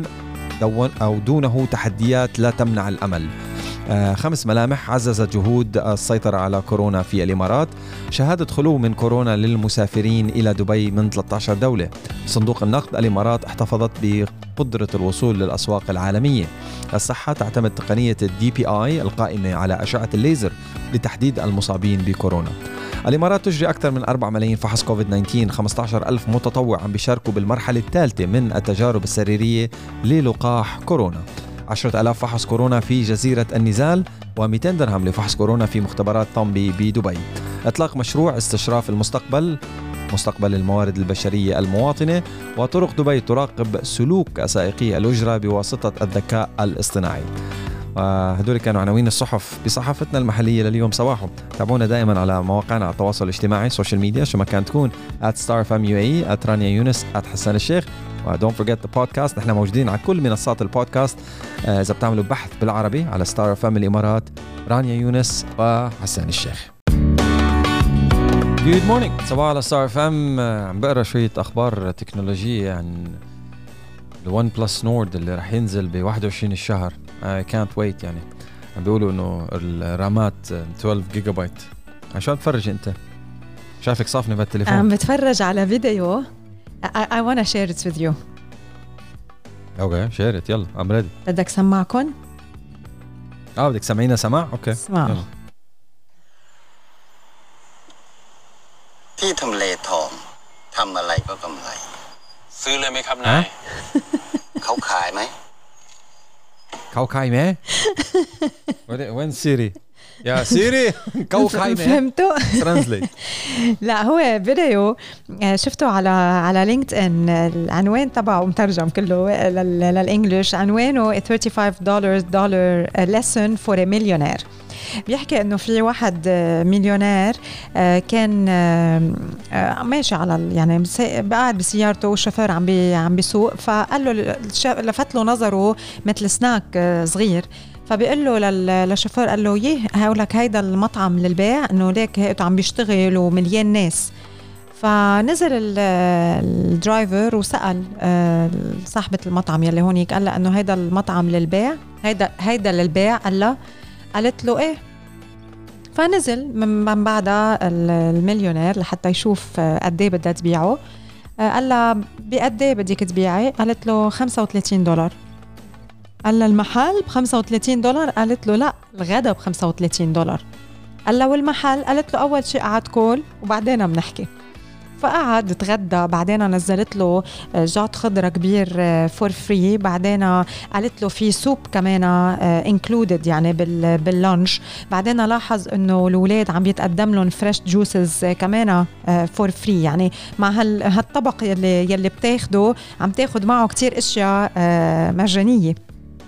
دونه تحديات لا تمنع الأمل. 5 ملامح عززت جهود السيطرة على كورونا في الإمارات. شهادة خلو من كورونا للمسافرين إلى دبي من 13 دولة. صندوق النقد: الإمارات احتفظت بقدرة الوصول للأسواق العالمية. الصحة: تعتمد تقنية DPI القائمة على أشعة الليزر لتحديد المصابين بكورونا. الإمارات تجري أكثر من 4 ملايين فحص كوفيد-19. 15,000 متطوع عم بيشاركوا بالمرحلة الثالثة من التجارب السريرية للقاح كورونا. 10,000 فحص كورونا في جزيرة النزال، و200 درهم لفحص كورونا في مختبرات طنبي بدبي. إطلاق مشروع استشراف المستقبل، مستقبل الموارد البشرية المواطنة. وطرق دبي تراقب سلوك سائقي الأجرة بواسطة الذكاء الاصطناعي. وهدول كانوا عناوين الصحف بصحفتنا المحلية لليوم صباحو. تابعونا دائما على مواقعنا على التواصل الاجتماعي، سوشيال ميديا، شو ما كان تكون @starfmuae، @رانيا يونس، @حسان الشيخ. ودونت فورجيت ذا بودكاست، نحن موجودين على كل منصات البودكاست. إذا بتعملوا بحث بالعربي على ستار اف ام الإمارات، رانيا يونس وحسان الشيخ. جود مورنينج، صباح على ستار اف ام. عم بقرا شوية أخبار تكنولوجية عن الون بلس نورد اللي رح ينزل ب21 الشهر. I can't wait. يعني عم بيقولوا إنه الرامات 12 جيجا بايت. عشان تفرج أنت، شايفك صافنة بالتليفون. عم بتفرج على فيديو. I want to share it with you. Okay, share it. يلا I'm ready. بدك سمعكن؟ بدك سمعينا سماع؟ اوكي. اسمع. ที่ทำเลทองทำอะไรก็กำไรซื้อเลยไหมครับนายเขาขายไหมเขาขายไหม وين سيري يا سيري كوك هاي فهمتوا؟ ترانسليت. لا هو فيديو شفته على لينكد ان، العنوان تبعه مترجم كله للانجليش، عنوانه $35 lesson for a millionaire. بيحكي انه في واحد مليونير كان ماشي على يعني قاعد بسيارته والشوفير عم بيسوق، فقال له لفت له نظره مثل سناك صغير، فبيقول له للشوفير قال له يه هقولك هيدا المطعم للبيع، انه ليك هيك عم بيشتغل ومليان ناس. فنزل الدرايفر وسأل صاحبة المطعم يلي هونيك، قال له انه هيدا المطعم للبيع، هيدا للبيع. قالت له ايه. فنزل من بعدها المليونير لحتى يشوف قد ايه بدها تبيعه. قال لها بقد ايه بدك تبيعي؟ قالت له $35. قال لها المحل $35؟ قالت له لا الغدا $35. قال لها والمحل؟ قالت له اول شيء قعد كول وبعدين بنحكي. فقعد تغدى، بعدين نزلت له جات خضرة كبير فور فري، بعدين قالت له في سوب كمان انكلودد يعني باللانش، بعدين لاحظ انه الأولاد عم يتقدم لهم فريش جوسز كمان فور فري، يعني مع هالطبق يلي بتاخده عم تاخد معه كتير اشياء مجانية.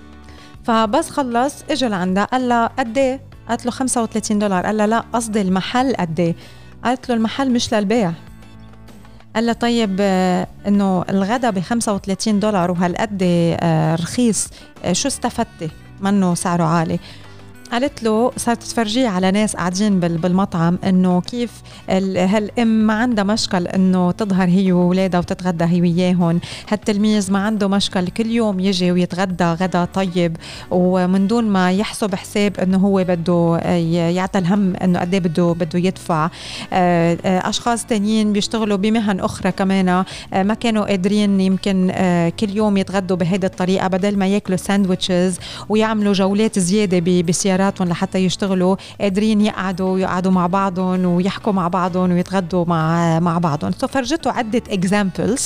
فبس خلص اجى لعندها قال لها قد ايه؟ قالت له $35. قال لها لا قصدي المحل قد ايه؟ قالت له المحل مش للبيع. قال له طيب انه الغدا $35 وهالقد رخيص، شو استفدتي منه سعره عالي؟ قالت له صارت تفرجيه على ناس قاعدين بالمطعم انه كيف هالام ما عندها مشكل انه تظهر هي وولادها وتتغدى هي وياهم، هالتلميذ ما عنده مشكل كل يوم يجي ويتغدى غدا طيب ومن دون ما يحسب حساب انه هو بده يعطي الهم انه قد ايه بده يدفع. اشخاص تانيين بيشتغلوا بمهن اخرى كمان ما كانوا قادرين يمكن كل يوم يتغدوا بهيدي الطريقه، بدل ما ياكلوا ساندويتشز ويعملوا جولات زياده بسياراتهم لحتى يشتغلوا، قادرين يقعدوا مع بعضهم ويحكوا مع بعضهم ويتغدوا مع بعضهم. فرجته عدة examples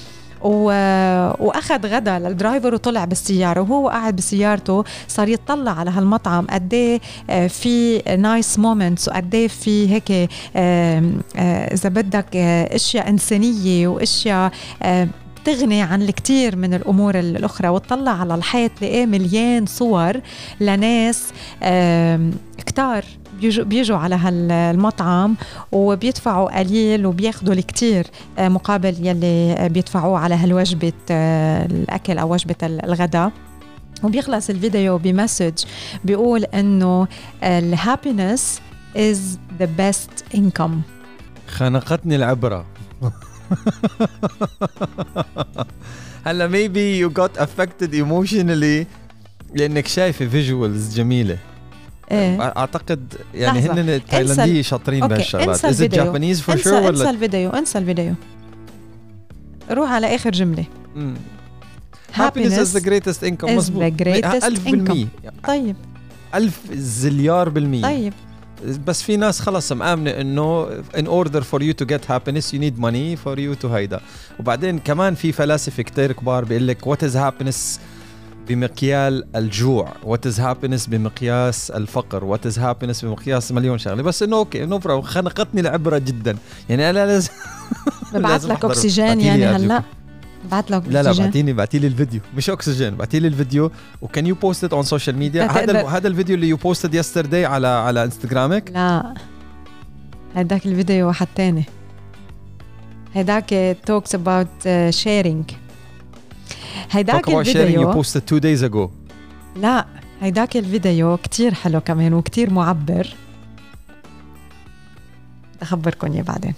واخذ غدا للدرايفر وطلع بالسيارة، وهو قاعد بسيارته صار يتطلع على هالمطعم قد ايه في نايس مومنتس وقد ايه في هيك اذا بدك اشياء انسانية واشياء تغني عن الكثير من الأمور الأخرى. وتطلع على الحيط لقيه مليان صور لناس كتار بيجوا على هالمطعم وبيدفعوا قليل وبياخدوا الكتير مقابل يلي بيدفعوه على هالوجبة الأكل أو وجبة الغداء. وبيخلص الفيديو بمسج بيقول إنه happiness is the best income. خنقتني العبرة. هلا maybe you got affected emotionally لأنك شايفة visuals جميلة. أعتقد يعني هن التايلاندية شاطرين بهالشغلات. Is it Japanese for sure ولا؟ انسى الفيديو روح على آخر جملة. Happiness is the greatest income. مظبوط 1000%. طيب 1000 زليار بالمية. طيب بس في ناس خلص مآمنة إنه in order for you to get happiness you need money for you to هيدا. وبعدين كمان في فلاسفة كتير كبار بيقول لك what is happiness بمقيال الجوع، what is happiness بمقياس الفقر، what is happiness بمقياس مليون شغلة. بس إنه أوكي إنه برافو، خنقتني العبرة جدا. يعني أنا لازم ببعث لك أكسجين يعني هلا بعت لك لا بعتي لي الفيديو، مش أكسجين، بعتي لي الفيديو وكان يو بوست اون سوشيال ميديا. هذا الفيديو اللي يو بوستد يسترداي على انستغرامك. لا هداك الفيديو واحد تاني، هداك talks about sharing. هداك الفيديو you posted 2 days ago. لا هداك الفيديو كتير حلو كمان وكتير معبر، أخبركم يا بعدين.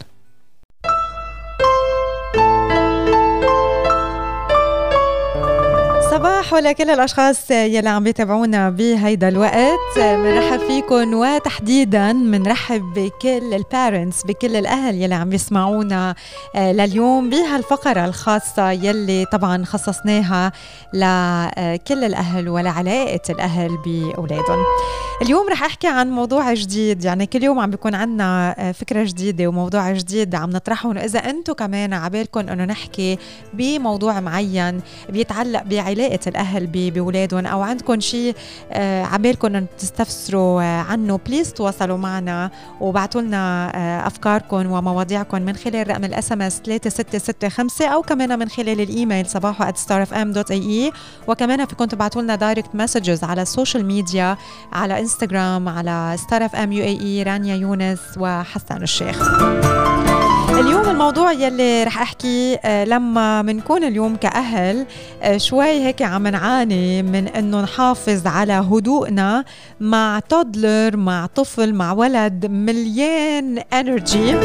صباح ولكل الأشخاص يلي عم بيتابعونا بهيدا الوقت، منرحب فيكم وتحديدا منرحب بكل البارنتس، بكل الأهل يلي عم بيسمعونا لليوم بهالفقرة الخاصة يلي طبعا خصصناها لكل الأهل ولعلاقة الأهل بأولادهم. اليوم رح أحكي عن موضوع جديد، يعني كل يوم عم بيكون عنا فكرة جديدة وموضوع جديد عم نطرحه، وإذا أنتم كمان عبالكم أنه نحكي بموضوع معين بيتعلق بعلاقة الأهل بولادهم أو عندكم شيء عبالكم أن تستفسروا عنه، بليز تواصلوا معنا وبعتوا لنا أفكاركم ومواضيعكم من خلال رقم الSMS 3665 أو كمان من خلال الإيميل صباحو@starfm.ae، وكمان فيكم تبعتوا لنا دايركت مسجز على السوشيال ميديا، على انستغرام على starfm UAE رانيا يونس وحسن الشيخ. اليوم الموضوع يلي رح أحكي لما منكون اليوم كأهل شوي هيك عم نعاني من أنه نحافظ على هدوءنا مع تودلر، مع طفل، مع ولد مليان انرجي،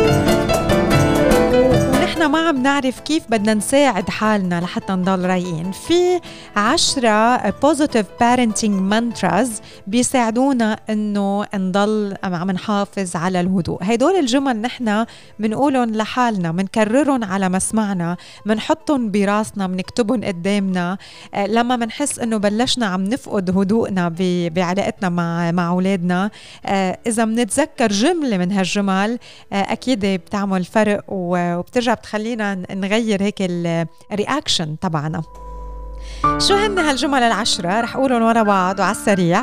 ونحن ما عم نعرف كيف بدنا نساعد حالنا لحتى نضل رايقين. في 10 positive parenting mantras بيساعدونا انه نضل عم نحافظ على الهدوء. هيدول الجمل نحن منقولهم لحالنا، منكررهم على مسمعنا، منحطهم براسنا، منكتبهم قدامنا لما منحس انه بلشنا عم نفقد هدوءنا بعلاقتنا مع اولادنا. اذا منتذكر جملة من هالجمل اكيد بتعمل فرق وبترجع بتخلينا نغير هيك الرياكشن تبعنا. شو هن هالجمل 10؟ رح أقولهم ورا بعض وعلى السريع.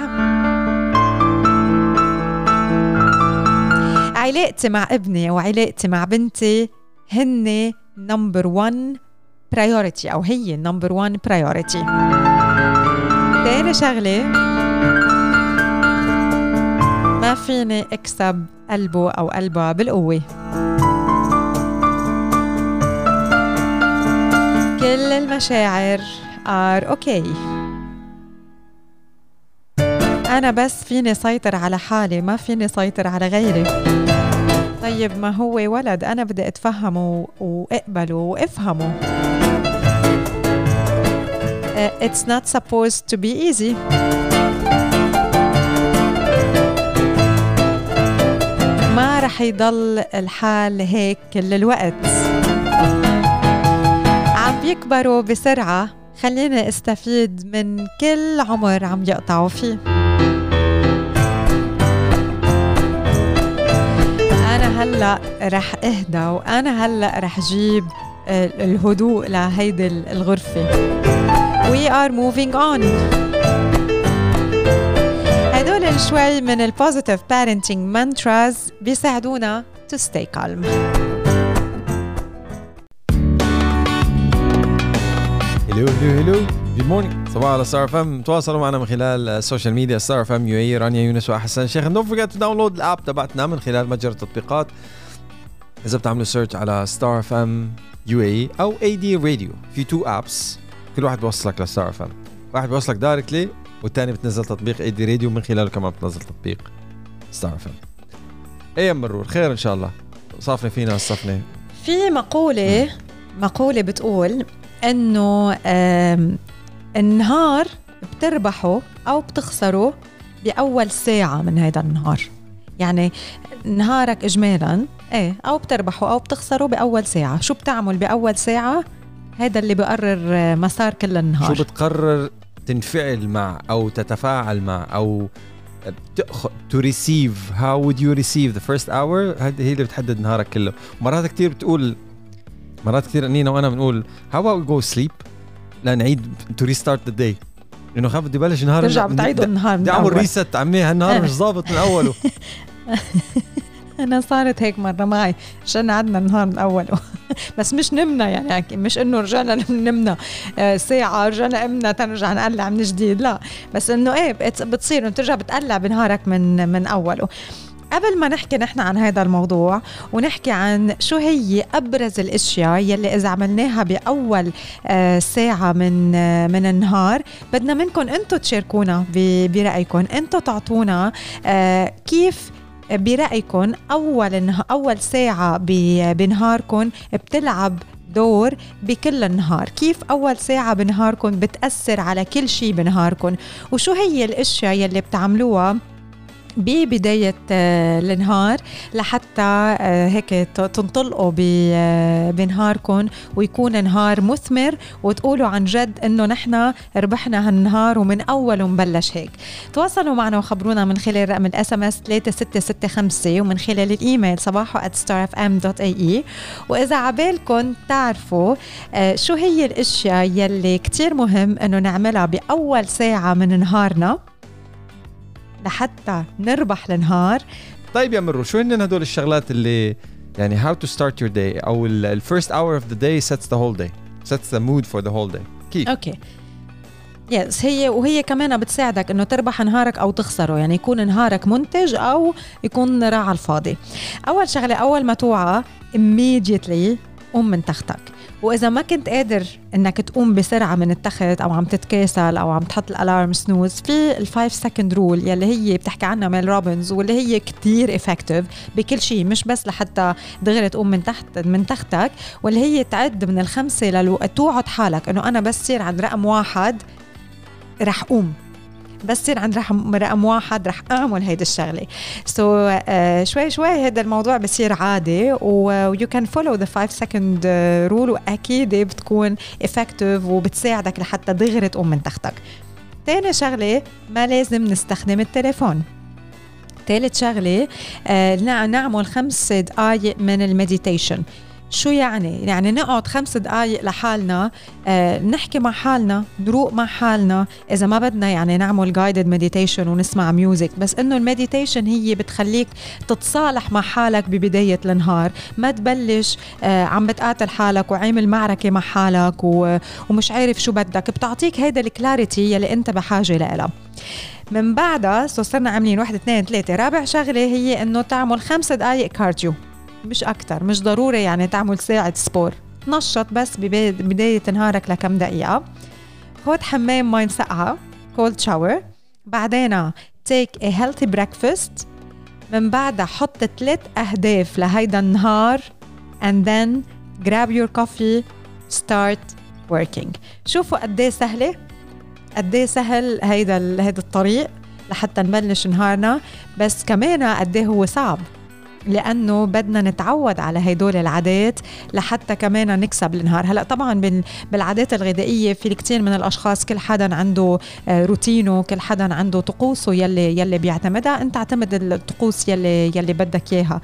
علاقتي مع ابني وعلاقتي مع بنتي هن نمبر 1 priority، أو هي نمبر 1 priority. تاني شغلة، ما فيني اكسب قلبه أو قلبها بالقوة. كل المشاعر are okay. أنا بس فيني سيطر على حالي، ما فيني سيطر على غيري. طيب ما هو ولد، أنا بدي أتفهمه وأقبله وأفهمه. It's not supposed to be easy. ما رح يضل الحال هيك كل الوقت. عم بيكبروا بسرعة، خليني استفيد من كل عمر عم يقطعوا فيه. أنا هلأ رح أهدى، وأنا هلأ رح جيب الهدوء لهيدي الغرفة. We are moving on. هدول شوي من ال positive parenting mantras بيساعدونا to stay calm. هلو جود مورنينج، صباح على ستار اف ام. تواصلوا معنا من خلال السوشيال ميديا ستار اف ام UAE، رانيا يونس وحسن الشيخ. دونت فورجيت تو داونلود الاب تبعتنا من خلال متجر التطبيقات. اذا بتعملوا سيرش على ستار اف ام UAE او AD راديو، في 2 ابس كل واحد بيوصلك لستار اف ام. واحد بيوصلك دايركتلي، والثاني بتنزل تطبيق AD راديو من خلاله كمان بتنزل تطبيق ستار اف ام. ايه مرور خير ان شاء الله. صافني فينا الصفنه. في مقولة بتقول انه النهار بتربحوا او بتخسروا باول ساعة من هذا النهار. يعني نهارك اجمالا او بتربحوا او بتخسروا باول ساعة. شو بتعمل باول ساعة؟ هذا اللي بقرر مسار كل النهار. شو بتقرر تنفعل مع او تتفاعل مع او to receive. how would you receive the first hour؟ هذه هي اللي بتحدد نهارك كله. مرات كتير أنينا وأنا بنقول how about we go sleep لنعيد to restart the day، لأنه خاف بدي بلش نهار ترجع بتعيد النهار بدي أعمل ريست. عمي هالنهار مش ضابط من أوله. أنا صارت هيك مرة معي عشان عدنا النهار من أوله. بس مش نمنا، يعني مش إنه رجعنا نمنا ساعة رجعنا قمنا تنرجع نقلع من جديد، لا، بس إنه بتصير إنه ترجع بتقلع بنهارك من أوله. قبل ما نحكي نحن عن هذا الموضوع ونحكي عن شو هي أبرز الأشياء يلي إذا عملناها بأول ساعة من النهار، بدنا منكم أنتوا تشاركونا برأيكم، أنتوا تعطونا كيف برأيكم أول ساعة بنهاركم بتلعب دور بكل النهار. كيف أول ساعة بنهاركم بتأثر على كل شيء بنهاركم، وشو هي الأشياء يلي بتعملوها ببداية النهار لحتى هيك تنطلقوا بنهاركم ويكون نهار مثمر وتقولوا عن جد انه نحن ربحنا هالنهار ومن أول مبلش هيك. تواصلوا معنا وخبرونا من خلال رقم الSMS 3665 ومن خلال الإيميل صباحو@starfm.ae. وإذا عبالكم تعرفوا شو هي الأشياء يلي كتير مهم انه نعملها بأول ساعة من نهارنا لحتى نربح النهار. طيب يا مرو، شو هن هدول الشغلات اللي يعني how to start your day أو ال first hour of the day sets the whole day, sets the mood for the whole day. كيف؟ اوكي يس وهي كمان بتساعدك انه تربح نهارك او تخسره، يعني يكون نهارك منتج او يكون راح على الفاضي. اول شغله اول ما توعى immediately قوم من تختك، وإذا ما كنت قادر إنك تقوم بسرعة من التخت أو عم تتكاسل أو عم تحط الألارم سنوز، في ال5 second rule يلي هي بتحكي عنها ميل روبنز واللي هي كتير effective بكل شيء، مش بس لحتى دغري تقوم من تختك، واللي هي تعد من 5 توعد حالك إنه أنا بس صير عند رقم 1 رح قوم، بس صير عند رقم 1 رح أعمل هيدا الشغلة. شوي شوي هذا الموضوع بصير عادي و you can follow the 5 second rule وأكيد بتكون effective وبتساعدك لحتى دغري تقوم من تختك. تاني شغلة ما لازم نستخدم التليفون. ثالث شغلة نعمل 5 دقايق من المديتيشن. شو يعني نقعد 5 دقايق لحالنا، نحكي مع حالنا، نروق مع حالنا. إذا ما بدنا يعني نعمل guided meditation ونسمع ميوزك، بس إنه المديتيشن هي بتخليك تتصالح مع حالك ببداية النهار، ما تبلش عم بتقاتل حالك وعامل معركة مع حالك ومش عارف شو بدك. بتعطيك هيدا الكلاريتي يلي أنت بحاجة لها. من بعدها صرنا عاملين 1 2 3. رابع شغلة هي إنه تعمل 5 دقايق كارديو، مش أكتر، مش ضروري يعني تعمل ساعة سبور، تنشط بس ببداية نهارك لكم دقيقة. خد حمام ماء ساقعة cold shower، بعدين take a healthy breakfast، من بعدها حط 3 أهداف لهيدا النهار and then grab your coffee start working. شوفوا قديه سهلة، قديه سهل هيدا الطريق لحتى نبلش نهارنا، بس كمان قديه هو صعب لأنه بدنا نتعود على هيدول العادات لحتى كمان نكسب النهار. هلأ طبعا بالعادات الغذائية في كتير من الأشخاص كل حدا عنده روتينه، كل حدا عنده طقوسه يلي بيعتمدها. أنت اعتمد الطقوس يلي بدك إياها.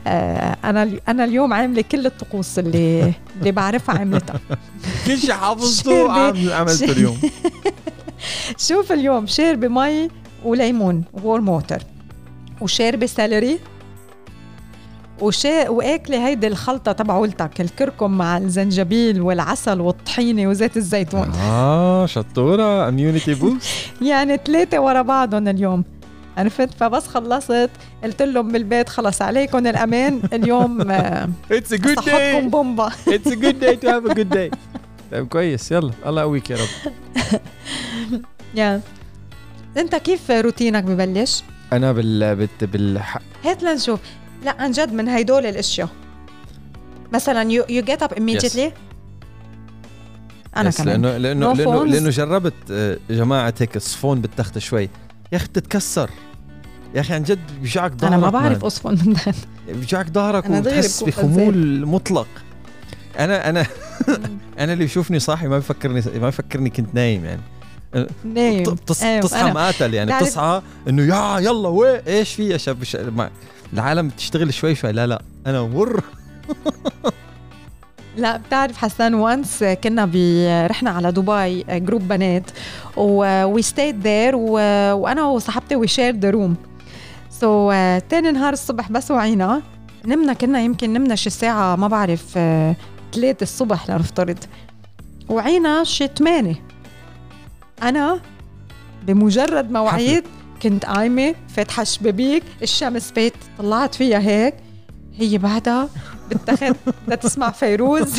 أنا اليوم عاملة كل الطقوس اللي بعرفها عملتها. كل شيء حافظته عملته اليوم. شوف اليوم شاربة مي وليمون وورم ووتر، وشاربة سالري، واكلي هيدي الخلطة تبعولتك، الكركم مع الزنجبيل والعسل والطحينة وزيت الزيتون. شطورة، اميونيتي بوست. يعني 3 ورا بعضهم اليوم، عرفت؟ فبس خلصت قلت لهم بالبيت خلص عليكم الأمان اليوم. It's a good day. بومبا. It's a good day to have a good day. طيب كويس، يلا الله يقويك يا رب. يا انت كيف روتينك ببلش؟ انا هات لنشوف. لا عن جد من هيدول الاشياء مثلا you get up immediately. انا كمان لانه جربت جماعه هيك الصفون بالتخت شوي، يا اخي بتتكسر، يا اخي عن جد بيجعك ظهرك. انا ما بعرف اصفن من ده، بيجعك ظهرك وتحس بخمول مطلق. انا اللي بيشوفني صاحي ما بفكرني كنت نايم، يعني نايم تصحى مقاتل، يعني بتصحى انه يلا وين ايش في يا شاب. العالم بتشتغل شوي لا انا مر. لا بتعرف حسان، وانس كنا رحنا على دبي جروب بنات و we stayed there وانا وصاحبتي we shared the room. تاني نهار الصبح بس وعينا كنا يمكن نمنا شي ساعة ما بعرف 3 الصبح لنفترض، وعينا شي 8. أنا بمجرد ما وعيت كنت قايمة فاتحة الشبابيك، الشمس بيت طلعت فيها هيك، هي بعدها بالتخت بدها تسمع فيروز.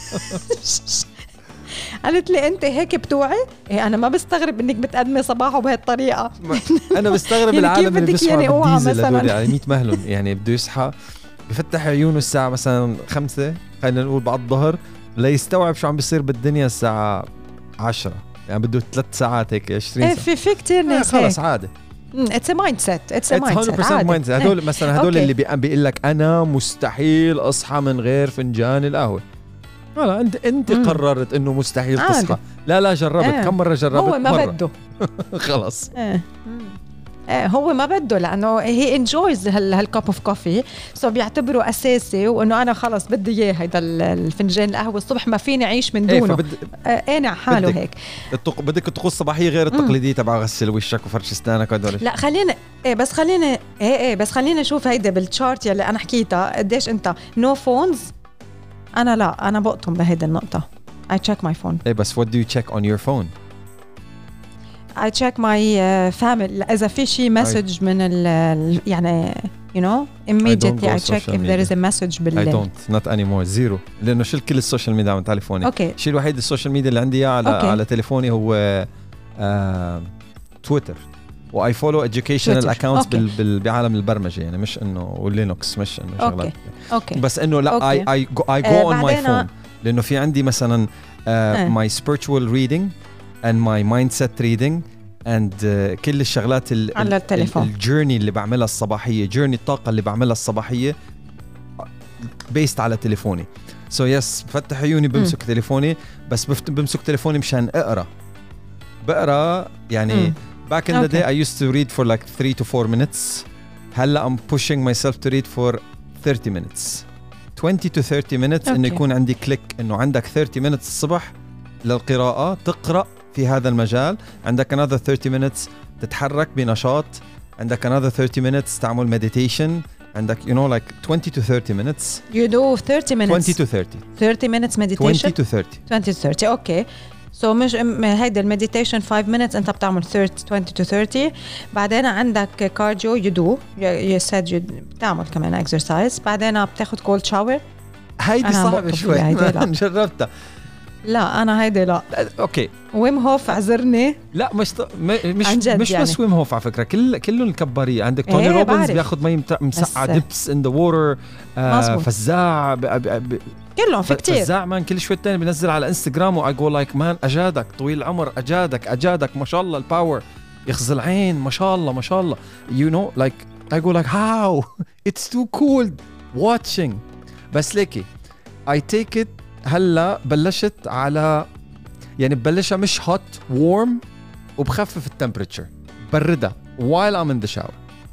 قالت لي انت هيك بتوعي؟ إيه انا ما بستغرب انك بتقدمي صباحه بهالطريقه. انا بستغرب يعني العالم اللي بيصحى بالديزل هدول على 100 مهلهم، يعني بده يصحى بفتح عيونه الساعه مثلا 5 خلينا نقول بعد الظهر ليستوعب شو عم بيصير بالدنيا الساعه 10، يعني بده 3 ساعات هيك 20 ساعه. في كتير ناس خلص عادي. اتس مايند سيت. اتس 100% مايند سيت. هدول مثلا هدول اللي بيقول لك انا مستحيل اصحى من غير فنجان القهوه. لا انت قررت انه مستحيل تصحى. لا جربت. كم مره جربت؟ هو ما بده. خلص. هو ما بده لانه هي انجويز هالكوب اوف كوفي، سو بيعتبره اساسي، وانه انا خلص بدي اياه هيدا الفنجان القهوه الصبح، ما فيني اعيش من دونه. قانع حاله هيك. بدك الطقوس الصباحيه غير التقليديه تبع غسل وشك وفرش اسنانك وهدول. لا خلينا بس خلينا نشوف هيدا بالتشارت يلي انا حكيتها قديش انت نو فونز. انا لا، انا بقطم بهيدا النقطه. I check my phone. بس what do you check on your phone? I check my family. إذا في شيء مسج من يعني you know immediately I check if there is a message I don't, not anymore, zero. لأنه شلت كل السوشيال ميديا من تليفوني. أوكي. الشيء الوحيد السوشيال ميديا اللي عندي على تليفوني هو تويتر. وآي فولو educational accounts بعالم البرمجة، يعني مش إنه واللينكس، مش إنه شغلات. أوكي. بس إنه لا I go on my phone لأنه في عندي مثلا my spiritual reading and my mindset reading and كل الشغلات على التليفون. الجيرني اللي بعملها الصباحية، جيرني الطاقة اللي بعملها الصباحية based على تليفوني. so yes بفتح عيوني بمسك تليفوني، بس بمسك تليفوني مشان بقرأ يعني. back in the day I used to read for like 3 to 4 minutes. هلا I'm pushing myself to read for 30 minutes 20 to 30 minutes. إنه يكون عندي كليك إنه عندك 30 minutes الصبح للقراءة، تقرأ في هذا المجال. عندك another 30 minutes تتحرك بنشاط. عندك another 30 minutes تعمل meditation. عندك you know like 20 to 30 minutes. You do 30 minutes. 20 to 30. 30 minutes meditation. 20 to 30. 20 to 30. أوكي. so مش هيدا المديتيشن 5 minutes أنت بتعمل 20 to 30. بعدين عندك cardio you do. You said you بتعمل كمان exercise. بعدين بتاخد cold shower. هيدي صعبة شوي. جربتها. لا أنا هيدي لا. أوكي. ويم هوف عذرني. لا مش يعني. بس ويم هوف على فكرة، كله الكبارية. عندك توني روبنز بياخد مي مسقعة ديبس in the water. فزاع كلهم في كتير. فزاع مان كل شوي تاني بنزل على انستغرام و I go like man أجادك طويل العمر، أجادك ما شاء الله الباور يخزي العين ما شاء الله you know like I go like how it's too cool watching. بس ليكي I take it هلا بلشت على يعني ببلشها مش hot warm وبخفف التمبريتشر بردها while I'm in the shower.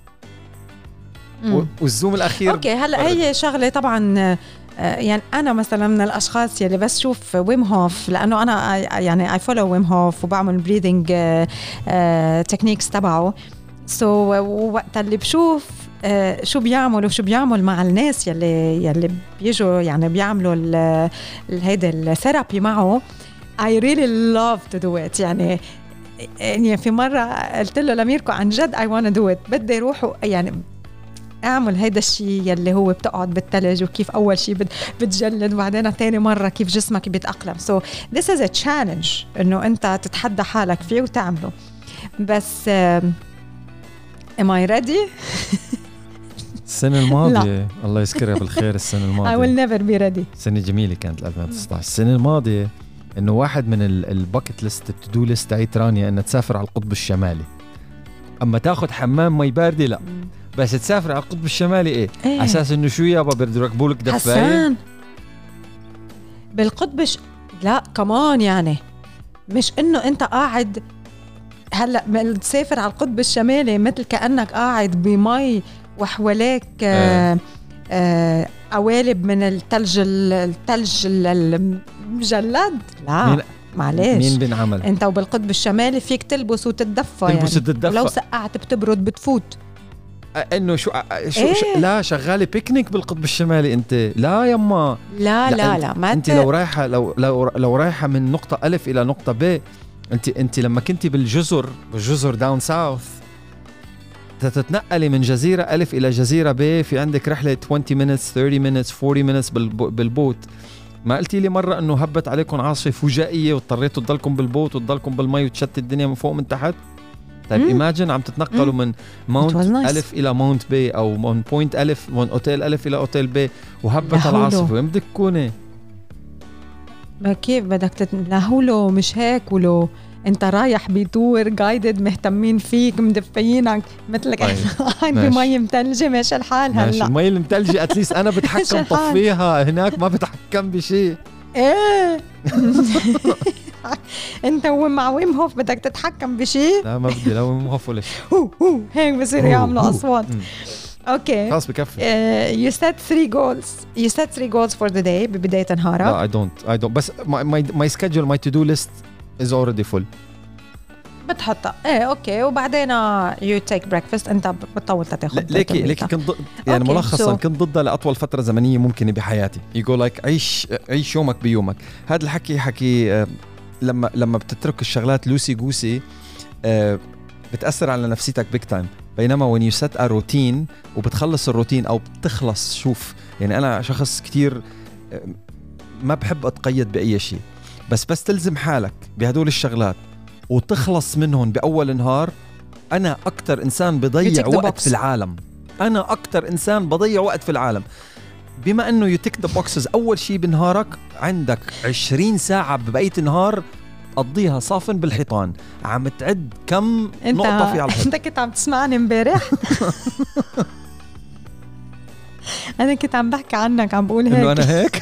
والزوم الأخير أوكي. هلا هي شغلة طبعا يعني أنا مثلا من الأشخاص يلي بس شوف ويم هوف، لأنه أنا يعني I follow ويم هوف وبعمل breathing techniques تبعه. وقت اللي بشوف شو بيعمل مع الناس يلي بيجوا يعني بيعملوا هيدا الثيرابي معه. I really love to do it. يعني في مرة قلت له لميركو عن جد I want to do it، بدي روح يعني اعمل هيدا الشيء يلي هو بتقعد بالثلج وكيف اول شيء بتجلد، وبعدين ثاني مرة كيف جسمك بيتأقلم. so this is a challenge انه انت تتحدى حالك فيه وتعمله. بس am I ready؟ السنة الماضية الله يذكرها بالخير، السنة الماضية I will never be ready. سنة جميلة كانت 2019. السنة الماضية إنه واحد من الباكت ليست التو ليست تاعت رانيا إنها تسافر على القطب الشمالي. أما تاخد حمام مي باردة لا، بس تسافر على القطب الشمالي إيه؟ أساس إنه شو يابا بده يركبوا لك دفاية حسان بالقطب لا كمان يعني مش إنه أنت قاعد هلا تسافر على القطب الشمالي مثل كأنك قاعد بمي وحواليك قوالب من الثلج المجلد. لا معلش مين بنعمل انت وبالقطب الشمالي فيك تلبس وتتدفى يعني. ولو سقعت بتبرد بتفوت. انه شو لا شغاله بيكنيك بالقطب الشمالي انت. لا يما لا ما انت لو رايحه لو رايحه من نقطه الف الى نقطه ب. انت لما كنتي بالجزر داون ساوث تتنقلي من جزيرة ألف إلى جزيرة ب، في عندك رحلة 20 minutes 30 minutes 40 minutes بالبوت. ما قلتي لي مرة أنه هبت عليكم عاصفة فجائية واضطريتوا تضلكم بالبوت وتضلكم بالمي وتشتت الدنيا من فوق من تحت؟ طيب إيماجن عم تتنقلوا من ماونت ألف إلى ماونت بي، أو من بوينت ألف من أوتيل ألف إلى أوتيل بي، وهبت العاصفة وين بدك تكوني؟ ما كيف بدك لهولو مش هيك ولو انت رايح بتور جايدد، مهتمين فيك، مدفيينك مثلك قاعد بمي متلجة، ماشي الحال. ماشي هلا المي المتلجة اتليست انا بتحكم طفيها، هناك ما بتحكم بشيء. ايه انت مع ويم هوف بدك تتحكم بشيء؟ لا ما بدي، لو ويم هوف ولا شيء هيك بصيروا يعملوا اصوات. اوكي خلاص بكفي. you set 3 goals. You set 3 goals for the day ببداية نهارك. لا I don't بس my schedule, my to do list is already full. بتحطها ايه اوكي، وبعدين you take breakfast. انت بتطول تاخذ ليكي كنت يعني ملخصا كنت ضدها لاطول فتره زمنيه ممكنه بحياتي. يقول لك عيش يومك بيومك. هذا الحكي حكي لما بتترك الشغلات لوسي جوسي بتاثر على نفسيتك بيك تايم. بينما when you set a routine وبتخلص الروتين او بتخلص، شوف يعني انا شخص كتير ما بحب اتقيد باي شيء، بس تلزم حالك بهدول الشغلات وتخلص منهم بأول نهار. أنا أكتر إنسان بضيع وقت في العالم. أنا أكتر إنسان بضيع وقت في العالم. بما أنه you tick the boxes أول شيء بنهارك، عندك 20 ساعة ببقية النهار قضيها صافن بالحيطان عم تعد كم نقطة في على الحيط. أنت كنت عم تسمعني امبارح؟ أنا كنت عم بحكي عنك، عم بقول هيك إنه أنا هيك.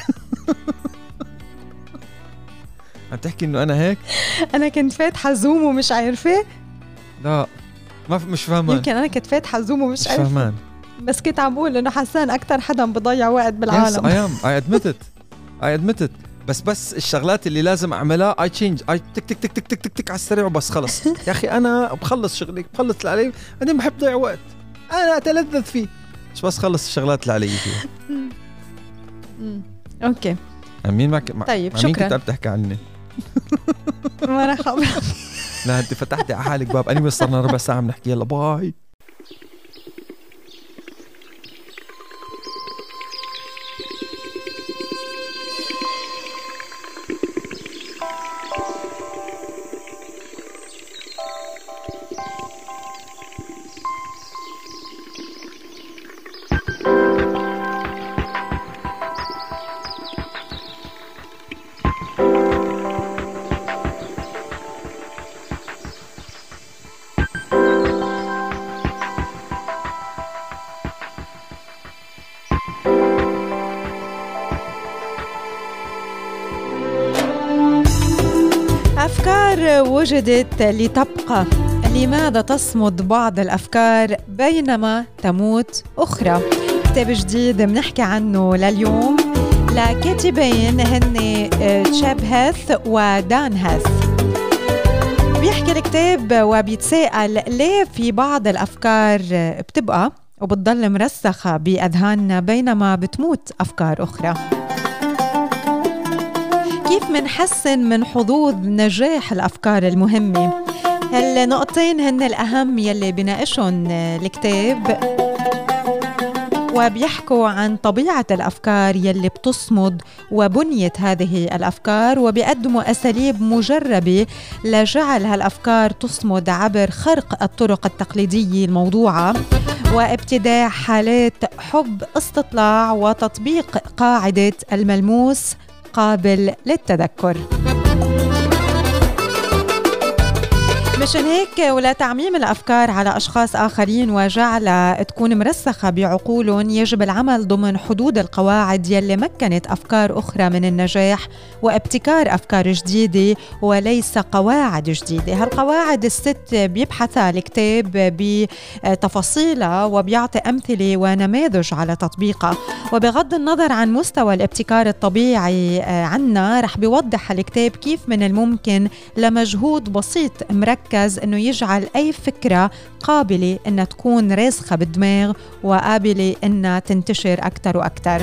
عم تحكي إنه أنا هيك. أنا كنت فاتحة زوم ومش عارفة. لا مش فاهمان. يمكن أنا كنت فاتحة زوم ومش عارفة. فاهمان. بس كنت عم بقول إنه حسان أكتر حدا بضيع وقت بالعالم. Yes, I admit it. بس الشغلات اللي لازم أعملها I change. I تك على السريع وبس خلص. يا أخي أنا بخلص شغلي، بخلص اللي علي، أنا بحب ضيع وقت، أنا أتلذذ فيه، بس خلص الشغلات اللي علي فيه. أوكي. مين طيب شكرا. مين كنت عم تحكي عني؟ ما رح أخبر. لا أنت فتحتي على حالك باب. أنا صرنا ربع ساعة بنحكي. يلا باي. وجدت لتبقى. لماذا تصمد بعض الأفكار بينما تموت أخرى؟ كتاب جديد بنحكي عنه لليوم لكاتبين هن تشاب هيث ودان هيث. بيحكي الكتاب وبيتساءل ليه في بعض الأفكار بتبقى وبتضل مرسخة بأذهاننا بينما بتموت أفكار أخرى. كيف منحسن من حظوظ نجاح الأفكار المهمة؟ هالنقطتين هن الأهم يلي بناقشهم الكتاب، وبيحكوا عن طبيعة الأفكار يلي بتصمد وبنية هذه الأفكار، وبيقدموا أساليب مجربة لجعل هالأفكار تصمد عبر خرق الطرق التقليدية الموضوعة وابتداع حالات حب استطلاع وتطبيق قاعدة الملموس قابل للتذكر. مشان هيك ولا تعميم الأفكار على أشخاص آخرين وجعلها تكون مرسخة بعقولهم، يجب العمل ضمن حدود القواعد يلي مكنت أفكار أخرى من النجاح وابتكار أفكار جديدة وليس قواعد جديدة. هالقواعد الست بيبحثها الكتاب بتفاصيلها وبيعطي أمثلة ونماذج على تطبيقها، وبغض النظر عن مستوى الابتكار الطبيعي عنا رح بيوضح الكتاب كيف من الممكن لمجهود بسيط مركز إنه يجعل أي فكرة قابلة إنها تكون راسخة بالدماغ وقابلة إنها تنتشر أكتر وأكتر.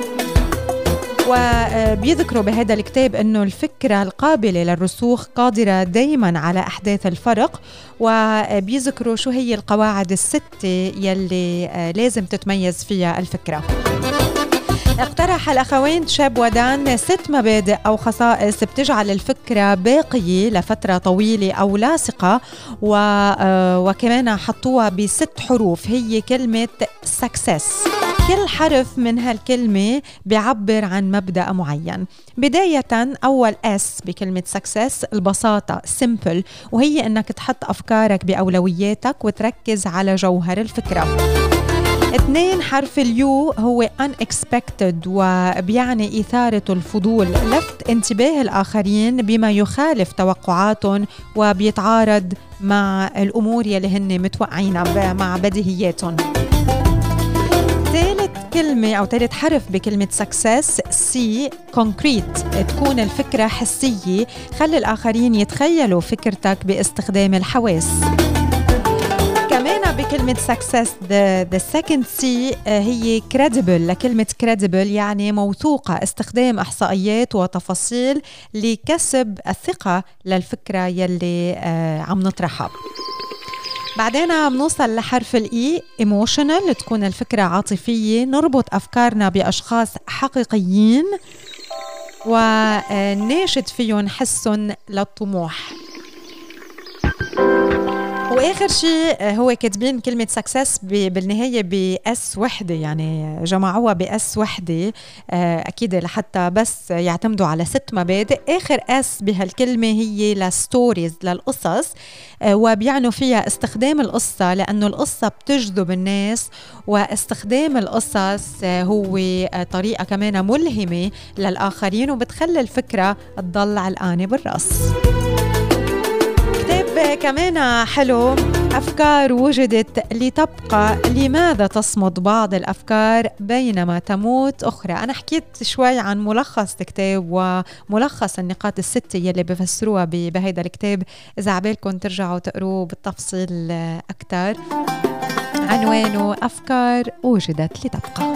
وبيذكروا بهذا الكتاب إنه الفكرة القابلة للرسوخ قادرة دايماً على أحداث الفرق، وبيذكروا شو هي القواعد الستة يلي لازم تتميز فيها الفكرة. اقترح الأخوين تشاب ودان 6 مبادئ أو خصائص بتجعل الفكرة باقية لفترة طويلة أو لاصقة، وكمان حطوها ب6 حروف هي كلمة success. كل حرف من هالكلمة بيعبر عن مبدأ معين. بداية أول S بكلمة success البساطة simple، وهي أنك تحط أفكارك بأولوياتك وتركز على جوهر الفكرة. 2 حرف اليو هو unexpected، وبيعني إثارة الفضول، لفت انتباه الآخرين بما يخالف توقعاتهم وبيتعارض مع الأمور يلي هن متوقعين مع بديهياتهم. ثالث كلمة أو ثالث حرف بكلمة success C concrete، تكون الفكرة حسية، خلي الآخرين يتخيلوا فكرتك باستخدام الحواس. كمان بكلمة success the second C هي credible، لكلمة credible يعني موثوقة، استخدام إحصائيات وتفاصيل لكسب الثقة للفكرة يلي عم نطرحها. بعدين بنوصل لحرف الإي emotional، تكون الفكرة عاطفية، نربط أفكارنا بأشخاص حقيقيين وناشد فيهم حسن للطموح. واخر شيء هو كاتبين كلمه سكسس بالنهايه باس وحده، يعني جمعوها باس وحده اكيد لحتى بس يعتمدوا على 6 مبادئ. اخر اس بهالكلمه هي لستوريز، للقصص، وبيعنوا فيها استخدام القصه لانه القصه بتجذب الناس، واستخدام القصص هو طريقه كمان ملهمه للاخرين وبتخلي الفكره تضل علقانه بالراس. كمان حلو، أفكار وجدت لتبقى، لماذا تصمد بعض الأفكار بينما تموت أخرى. أنا حكيت شوي عن ملخص الكتاب وملخص النقاط ال6 يلي بفسروها بهيدا الكتاب، إذا عبالكم ترجعوا تقروه بالتفصيل أكتر. عنوانه أفكار وجدت لتبقى.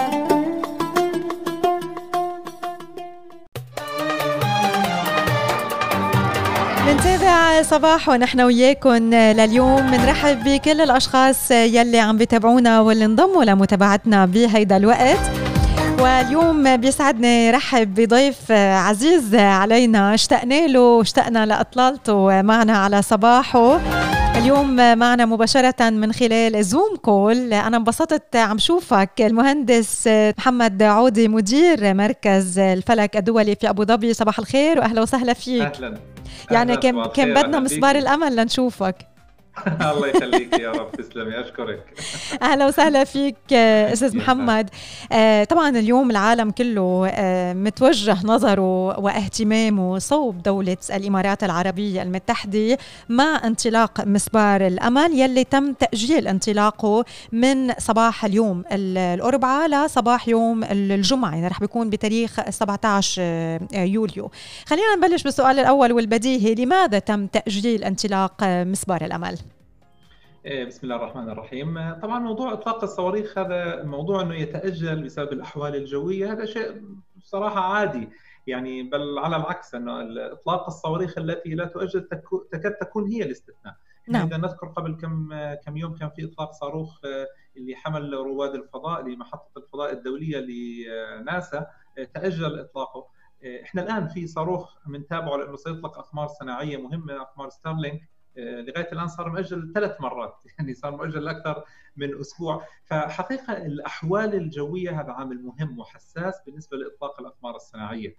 منتابع صباح ونحن وياكم لليوم. منرحب بكل الأشخاص يلي عم بيتابعونا واللي انضموا لمتابعتنا بهيدا الوقت. واليوم بيسعدني رحب بضيف عزيز علينا، اشتقنا له واشتقنا لإطلالته معنا على صباحه. اليوم معنا مباشرة من خلال زوم كول. أنا انبسطت عم شوفك المهندس محمد عودي، مدير مركز الفلك الدولي في أبو ظبي. صباح الخير وأهلا وسهلا فيك. أهلا. يعني كان بدنا مسبار الأمل لنشوفك. الله يخليك يا رب، تسلمي، أشكرك. أهلا وسهلا فيك أستاذ محمد. طبعا اليوم العالم كله متوجه نظره واهتمامه صوب دولة الإمارات العربية المتحدة مع انطلاق مسبار الأمل يلي تم تأجيل انطلاقه من صباح اليوم الأربعاء لصباح يوم الجمعة، يعني رح بيكون بتاريخ 17 يوليو. خلينا نبلش بالسؤال الأول والبديهي، لماذا تم تأجيل انطلاق مسبار الأمل؟ بسم الله الرحمن الرحيم. طبعا موضوع إطلاق الصواريخ هذا الموضوع أنه يتأجل بسبب الأحوال الجوية، هذا شيء بصراحة عادي، يعني بل على العكس أنه إطلاق الصواريخ التي لا تؤجل تكاد تكون هي الاستثناء. نعم. إذا نذكر قبل كم يوم كان في إطلاق صاروخ اللي حمل رواد الفضاء لمحطة الفضاء الدولية لناسا، تأجل إطلاقه. إحنا الآن في صاروخ منتابعه لأنه سيطلق أقمار صناعية مهمة، أقمار ستارلينك، لغاية الآن صار مؤجل 3 مرات، يعني صار مؤجل أكثر من أسبوع. فحقيقة الأحوال الجوية هذا عامل مهم وحساس بالنسبة لإطلاق الأقمار الصناعية.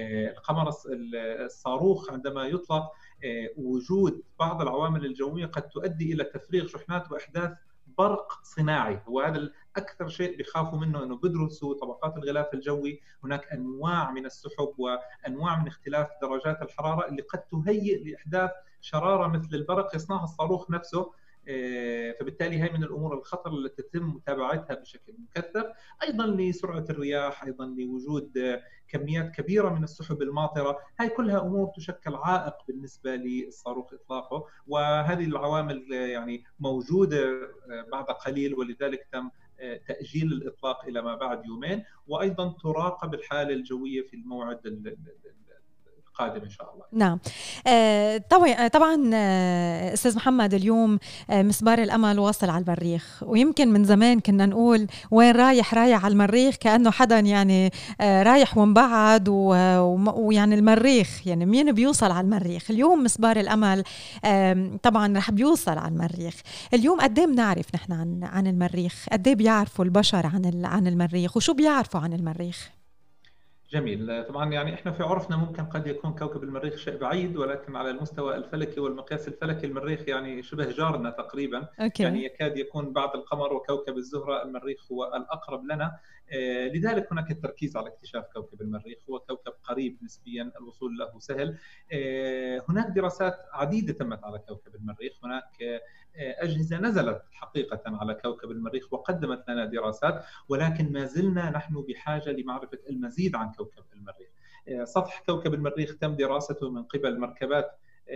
الصاروخ عندما يطلق، وجود بعض العوامل الجوية قد تؤدي إلى تفريغ شحنات وإحداث برق صناعي، وهذا أكثر شيء بيخافوا منه، أنه بدرسوا طبقات الغلاف الجوي، هناك أنواع من السحب وأنواع من اختلاف درجات الحرارة اللي قد تهيئ لإحداث شرارة مثل البرق يصنعها الصاروخ نفسه. فبالتالي هي من الأمور الخطر التي تتم متابعتها بشكل مكثف. أيضا لسرعة الرياح، أيضا لوجود كميات كبيرة من السحب الماطرة، هاي كلها أمور تشكل عائق بالنسبة للصاروخ إطلاقه، وهذه العوامل يعني موجودة بعد قليل، ولذلك تم تأجيل الإطلاق إلى ما بعد يومين. وأيضا تراقب الحالة الجوية في الموعد قادم إن شاء الله. نعم. طبعا أستاذ محمد، اليوم مسبار الأمل واصل على المريخ، ويمكن من زمان كنا نقول وين رايح على المريخ، كأنه حدا يعني رايح ومبعد، ويعني المريخ يعني مين بيوصل على المريخ. اليوم مسبار الأمل طبعا رح بيوصل على المريخ. اليوم قد ايه بنعرف نحن عن المريخ؟ قد ايه بيعرفوا البشر عن المريخ، وشو بيعرفوا عن المريخ؟ جميل. طبعا يعني احنا في عرفنا ممكن قد يكون كوكب المريخ شيء بعيد، ولكن على المستوى الفلكي والمقياس الفلكي المريخ يعني شبه جارنا تقريبا. أوكي. يعني يكاد يكون بعد القمر وكوكب الزهرة المريخ هو الأقرب لنا. لذلك هناك التركيز على اكتشاف كوكب المريخ. هو كوكب قريب نسبيا، الوصول له سهل. هناك دراسات عديدة تمت على كوكب المريخ. هناك أجهزة نزلت حقيقة على كوكب المريخ وقدمت لنا دراسات، ولكن ما زلنا نحن بحاجة لمعرفة المزيد عن كوكب المريخ. سطح كوكب المريخ تم دراسته من قبل مركبات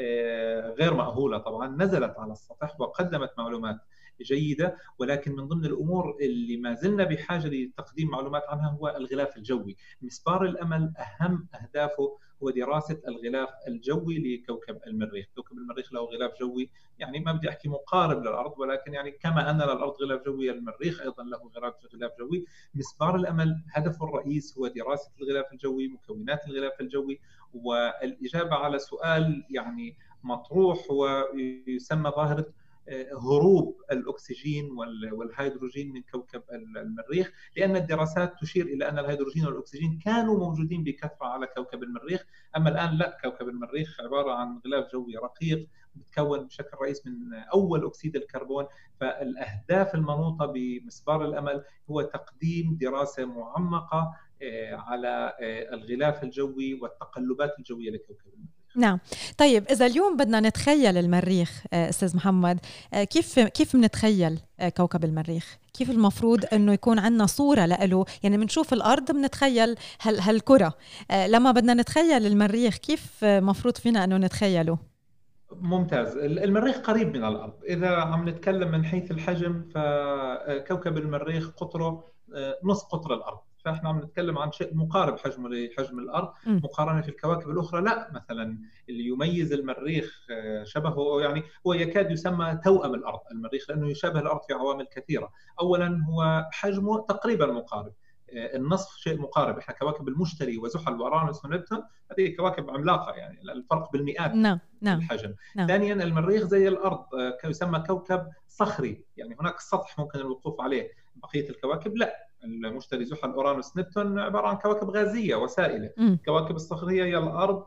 غير مأهولة طبعا، نزلت على السطح وقدمت معلومات جيدة، ولكن من ضمن الأمور اللي ما زلنا بحاجة لتقديم معلومات عنها هو الغلاف الجوي. مسبار الأمل أهم أهدافه هو دراسة الغلاف الجوي لكوكب المريخ. كوكب المريخ له غلاف جوي، يعني ما بدي أحكي مقارب للأرض، ولكن يعني كما أن للأرض غلاف جوي، المريخ أيضا له غلاف جوي. مسبار الأمل هدفه الرئيس هو دراسة الغلاف الجوي، مكونات الغلاف الجوي، والإجابة على سؤال يعني مطروح ويسمى ظاهرة هروب الأكسجين والهيدروجين من كوكب المريخ، لأن الدراسات تشير إلى أن الهيدروجين والأكسجين كانوا موجودين بكثرة على كوكب المريخ، أما الآن لا. كوكب المريخ عبارة عن غلاف جوي رقيق بتكون بشكل رئيس من أول أكسيد الكربون. فالأهداف المنوطة بمسبار الأمل هو تقديم دراسة معمقة على الغلاف الجوي والتقلبات الجوية لكوكب المريخ. نعم. طيب إذا اليوم بدنا نتخيل المريخ أستاذ محمد، كيف بنتخيل كوكب المريخ؟ كيف المفروض أنه يكون عندنا صورة له؟ يعني بنشوف الأرض بنتخيل هالكرة، لما بدنا نتخيل المريخ كيف مفروض فينا أنه نتخيله؟ ممتاز. المريخ قريب من الأرض. إذا عم نتكلم من حيث الحجم فكوكب المريخ قطره نصف قطر الأرض، فاحنا عم نتكلم عن شيء مقارب حجمه لحجم الارض. مقارنه في الكواكب الاخرى لا. مثلا اللي يميز المريخ شبهه، يعني هو يكاد يسمى توأم الارض المريخ، لانه يشابه الارض في عوامل كثيره. اولا هو حجمه تقريبا مقارب، النصف شيء مقارب. احنا كواكب المشتري وزحل وأورانوس ونبتون هذه كواكب عملاقه، يعني الفرق بالمئات الحجم. ثانيا المريخ زي الارض يسمى كوكب صخري، يعني هناك سطح ممكن الوقوف عليه. بقيه الكواكب لا. المشتري زحل أورانوس نبتون عباره عن كواكب غازيه وسائله. الكواكب الصخريه هي الارض،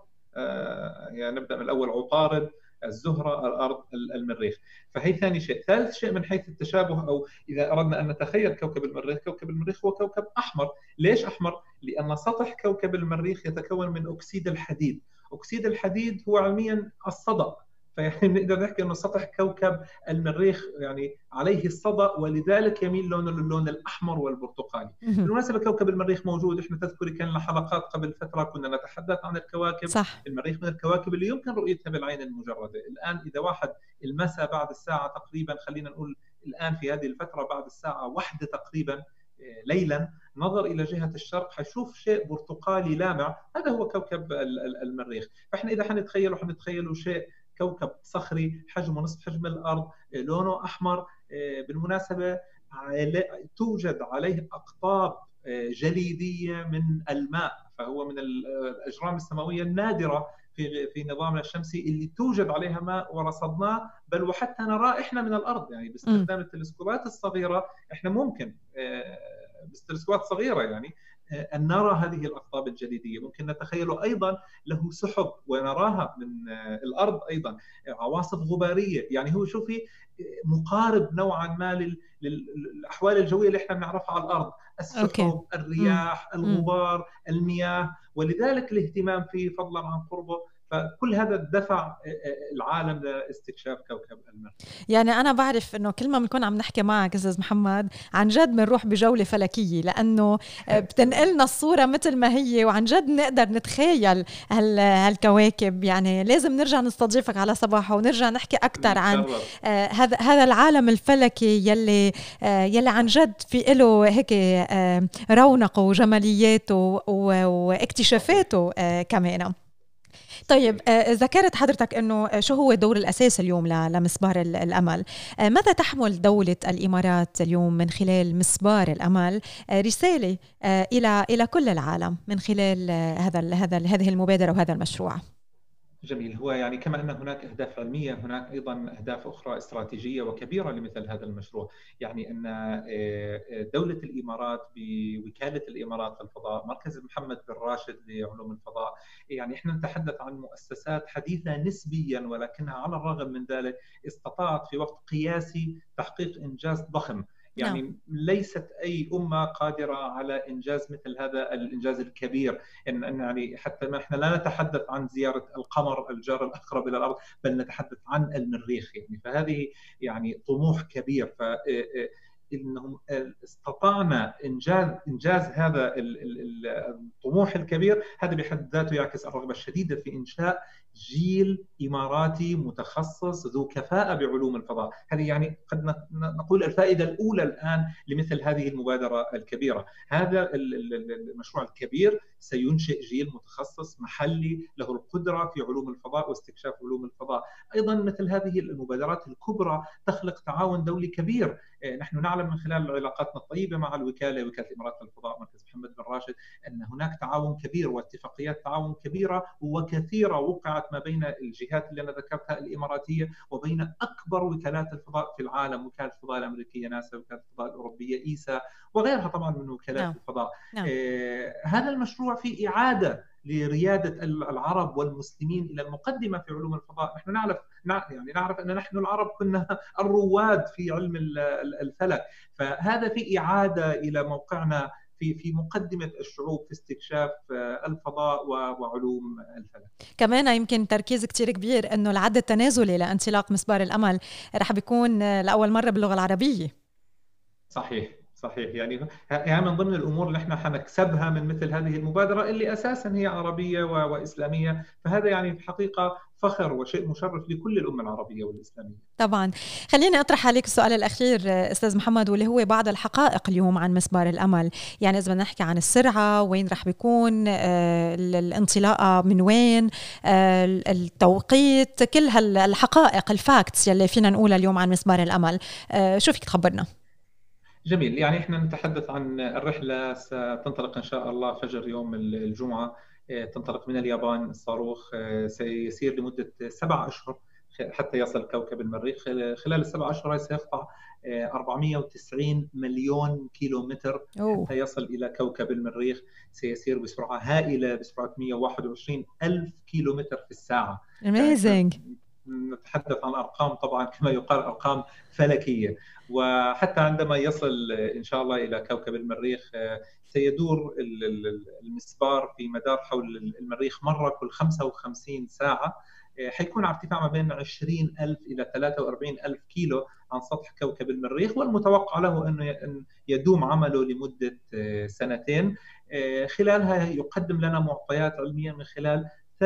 يعني نبدا من الاول: عطارد، الزهره، الارض، المريخ. فهي ثاني شيء. ثالث شيء من حيث التشابه، او اذا اردنا ان نتخيل كوكب المريخ، كوكب المريخ هو كوكب احمر. ليش احمر؟ لان سطح كوكب المريخ يتكون من اكسيد الحديد. اكسيد الحديد هو علميا الصدأ، فيعني نقدر نحكي انه سطح كوكب المريخ يعني عليه الصدأ، ولذلك يميل لونه للون الاحمر والبرتقالي. بالمناسبه كوكب المريخ موجود، احنا تذكري كان لنا حلقات قبل فتره كنا نتحدث عن الكواكب. صح. المريخ من الكواكب اللي يمكن رؤيتها بالعين المجرده. الان اذا واحد المساء بعد الساعه تقريبا، خلينا نقول الان في هذه الفتره بعد الساعه 1 تقريبا ليلا، نظر الى جهه الشرق حيشوف شيء برتقالي لامع. هذا هو كوكب المريخ. فاحنا اذا حنتخيلوا شيء كوكب صخري حجمه نصف حجم الأرض، لونه أحمر. بالمناسبة توجد عليه أقطاب جليدية من الماء، فهو من الأجرام السماوية النادرة في نظامنا الشمسي اللي توجد عليها ماء ورصدناه، بل وحتى نراه إحنا من الأرض. يعني باستخدام التلسكوبات الصغيرة إحنا ممكن بالتلسكوبات صغيرة يعني أن نرى هذه الأقطاب الجليدية. ممكن نتخيله أيضا له سحب ونراها من الأرض، أيضا عواصف غبارية. يعني هو شوفي مقارب نوعا ما للأحوال الجوية اللي احنا بنعرفها على الأرض: السحب، الرياح، الغبار، المياه. ولذلك الاهتمام فيه فضلا عن قربه. فكل هذا دفع العالم لاستكشاف كوكب المريخ. يعني أنا بعرف إنه كل ما بنكون عم نحكي معك أستاذ محمد عن جد بنروح بجولة فلكية، لأنه بتنقلنا الصورة مثل ما هي، وعن جد نقدر نتخيل هالكواكب. يعني لازم نرجع نستضيفك على صباحه ونرجع نحكي أكتر عن هذا العالم الفلكي يلي عن جد في له هيك رونقه وجمالياته واكتشافاته كمان. طيب ذكرت حضرتك أنه شو هو الدور الأساسي اليوم لمسبار الأمل. ماذا تحمل دولة الإمارات اليوم من خلال مسبار الأمل رسالة إلى كل العالم من خلال هذه المبادرة وهذا المشروع؟ جميل. هو يعني كما أن هناك أهداف علمية، هناك أيضا أهداف أخرى استراتيجية وكبيرة لمثل هذا المشروع. يعني أن دولة الإمارات بوكالة الإمارات للفضاء، مركز محمد بن راشد لعلوم الفضاء، يعني إحنا نتحدث عن مؤسسات حديثة نسبيا، ولكنها على الرغم من ذلك استطاعت في وقت قياسي تحقيق إنجاز ضخم. يعني ليست أي أمة قادرة على إنجاز مثل هذا الإنجاز الكبير. يعني حتى ما إحنا لا نتحدث عن زيارة القمر الجار الأقرب إلى الأرض، بل نتحدث عن المريخ. يعني فهذه يعني طموح كبير. إنهم استطعنا إنجاز هذا الطموح الكبير، هذا بحد ذاته يعكس الرغبة الشديدة في إنشاء جيل إماراتي متخصص ذو كفاءة بعلوم الفضاء. هذه يعني قد نقول الفائدة الأولى الآن لمثل هذه المبادرة الكبيرة. هذا المشروع الكبير سينشئ جيل متخصص محلي له القدرة في علوم الفضاء واستكشاف علوم الفضاء. أيضا مثل هذه المبادرات الكبرى تخلق تعاون دولي كبير. نحن نعلم من خلال علاقاتنا الطيبة مع وكالة الإمارات للفضاء مركز محمد بن راشد أن هناك تعاون كبير واتفاقيات تعاون كبيرة وكثيرة وقعت ما بين الجهات اللي أنا ذكرتها الإماراتية وبين أكبر وكالات الفضاء في العالم، وكالة الفضاء الأمريكية ناسا، وكالة الفضاء الأوروبية إيسا، وغيرها طبعا من وكالات الفضاء. هذا المشروع في إعادة لريادة العرب والمسلمين إلى المقدمة في علوم الفضاء. نحن نعرف أن نحن العرب كنا الرواد في علم الفلك، فهذا في إعادة إلى موقعنا في مقدمة الشعوب في استكشاف الفضاء وعلوم الفلك. كمان يمكن تركيز كتير كبير أنه العد التنازلي لانطلاق مسبار الأمل رح بيكون لأول مرة باللغة العربية. صحيح. يعني من ضمن الأمور اللي احنا حنكسبها من مثل هذه المبادرة اللي أساسا هي عربية وإسلامية، فهذا يعني في حقيقة فخر وشيء مشرف لكل الأمة العربية والإسلامية. طبعا. خليني أطرح عليك السؤال الأخير أستاذ محمد، واللي هو بعض الحقائق اليوم عن مسبار الأمل. يعني إذا بدنا نحكي عن السرعة، وين رح بيكون الانطلاقة، من وين، التوقيت، كل هالحقائق الفاكتس يلي فينا نقولها اليوم عن مسبار الأمل، شو فيك تخبرنا؟ جميل. يعني احنا نتحدث عن الرحلة ستنطلق إن شاء الله فجر يوم الجمعة. تنطلق من اليابان. الصاروخ سيسير لمدة 7 أشهر حتى يصل كوكب المريخ. خلال ال7 أشهر سيقطع 490 مليون كيلومتر حتى يصل إلى كوكب المريخ. سيسير بسرعة هائلة، بسرعة 121 ألف كيلومتر في الساعة. Amazing. نتحدث عن أرقام طبعا كما يقال أرقام فلكية. وحتى عندما يصل إن شاء الله إلى كوكب المريخ سيدور المسبار في مدار حول المريخ مرة كل 55 ساعة. حيكون على ارتفاع ما بين 20,000 إلى 43,000 كيلو عن سطح كوكب المريخ، والمتوقع له أن يدوم عمله لمدة 2 سنين. خلالها يقدم لنا معطيات علمية من خلال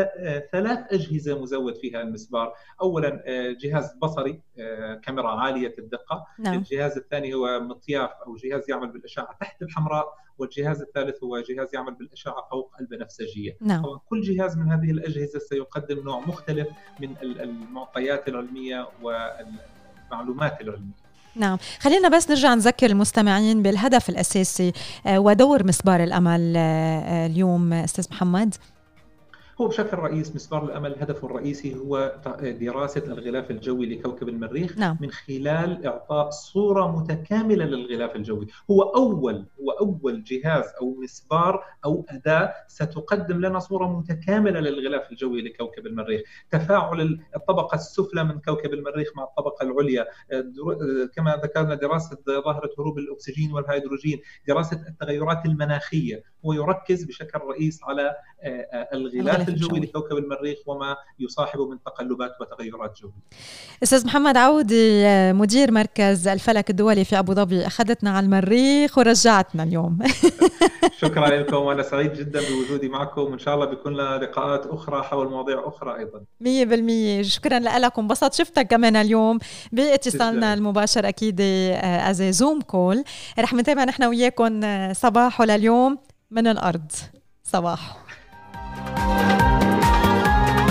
3 أجهزة مزود فيها المسبار. أولا جهاز بصري، كاميرا عالية الدقة. الجهاز الثاني هو مطياف أو جهاز يعمل بالأشعة تحت الحمراء. والجهاز الثالث هو جهاز يعمل بالأشعة فوق البنفسجية. طبعا كل جهاز من هذه الأجهزة سيقدم نوع مختلف من المعطيات العلمية والمعلومات العلمية. نعم. خلينا بس نرجع نذكر المستمعين بالهدف الأساسي ودور مسبار الأمل اليوم أستاذ محمد. هو بشكل رئيس مسبار الأمل هدفه الرئيسي هو دراسة الغلاف الجوي لكوكب المريخ. من خلال إعطاء صورة متكاملة للغلاف الجوي. هو أول جهاز أو مسبار أو أداة ستقدم لنا صورة متكاملة للغلاف الجوي لكوكب المريخ. تفاعل الطبقة السفلى من كوكب المريخ مع الطبقة العليا، كما ذكرنا دراسة ظاهرة هروب الأكسجين والهيدروجين، دراسة التغيرات المناخية. ويركز بشكل رئيس على الغلاف الجوي لكوكب المريخ وما يصاحبه من تقلبات وتغيرات جوية. أستاذ محمد عودي، مدير مركز الفلك الدولي في أبو ظبي، أخذتنا على المريخ ورجعتنا اليوم. شكرا لكم، وأنا سعيد جدا بوجودي معكم، وإن شاء الله بيكون لنا لقاءات أخرى حول مواضيع أخرى أيضا. 100%. شكرا لكم، انبسطت شفتك كمان اليوم باتصالنا المباشر أكيد أزي زوم كول. رح نتابع نحن وياكم صباح لليوم من الأرض. صباح.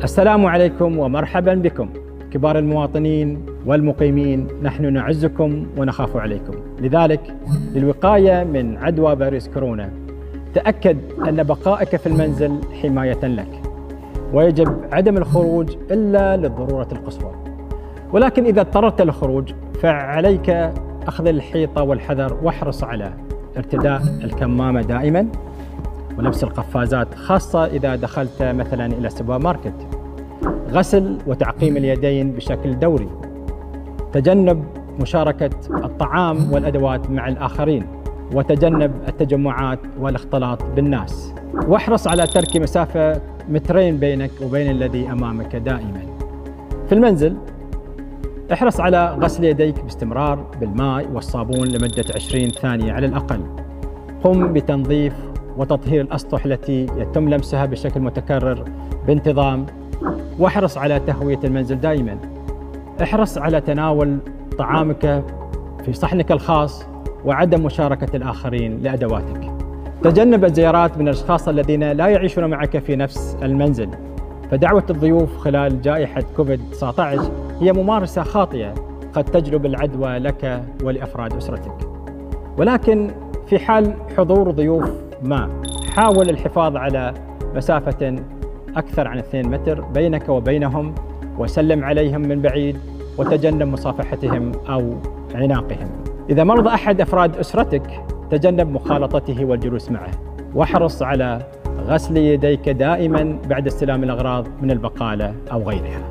السلام عليكم ومرحبا بكم كبار المواطنين والمقيمين. نحن نعزكم ونخاف عليكم، لذلك للوقاية من عدوى فيروس كورونا تأكد أن بقائك في المنزل حماية لك، ويجب عدم الخروج إلا للضرورة القصوى. ولكن إذا اضطررت للخروج فعليك أخذ الحيطة والحذر، واحرص على ارتداء الكمامة دائما ولبس القفازات، خاصة إذا دخلت مثلا إلى السوبر ماركت. غسل وتعقيم اليدين بشكل دوري. تجنب مشاركة الطعام والأدوات مع الآخرين، وتجنب التجمعات والاختلاط بالناس. واحرص على ترك مسافة 2 متر بينك وبين الذي أمامك دائما. في المنزل احرص على غسل يديك باستمرار بالماء والصابون لمدة 20 ثانية على الأقل. قم بتنظيف وتطهير الأسطح التي يتم لمسها بشكل متكرر بانتظام، واحرص على تهوية المنزل دائما. احرص على تناول طعامك في صحنك الخاص وعدم مشاركة الآخرين لأدواتك. تجنب الزيارات من الأشخاص الذين لا يعيشون معك في نفس المنزل، فدعوة الضيوف خلال جائحة كوفيد-19 هي ممارسة خاطئة قد تجلب العدوى لك ولأفراد أسرتك. ولكن في حال حضور ضيوف حاول الحفاظ على مسافة أكثر عن 2 متر بينك وبينهم، وسلم عليهم من بعيد وتجنب مصافحتهم أو عناقهم. إذا مرض أحد أفراد أسرتك تجنب مخالطته والجلوس معه، واحرص على غسل يديك دائما بعد استلام الأغراض من البقالة أو غيرها.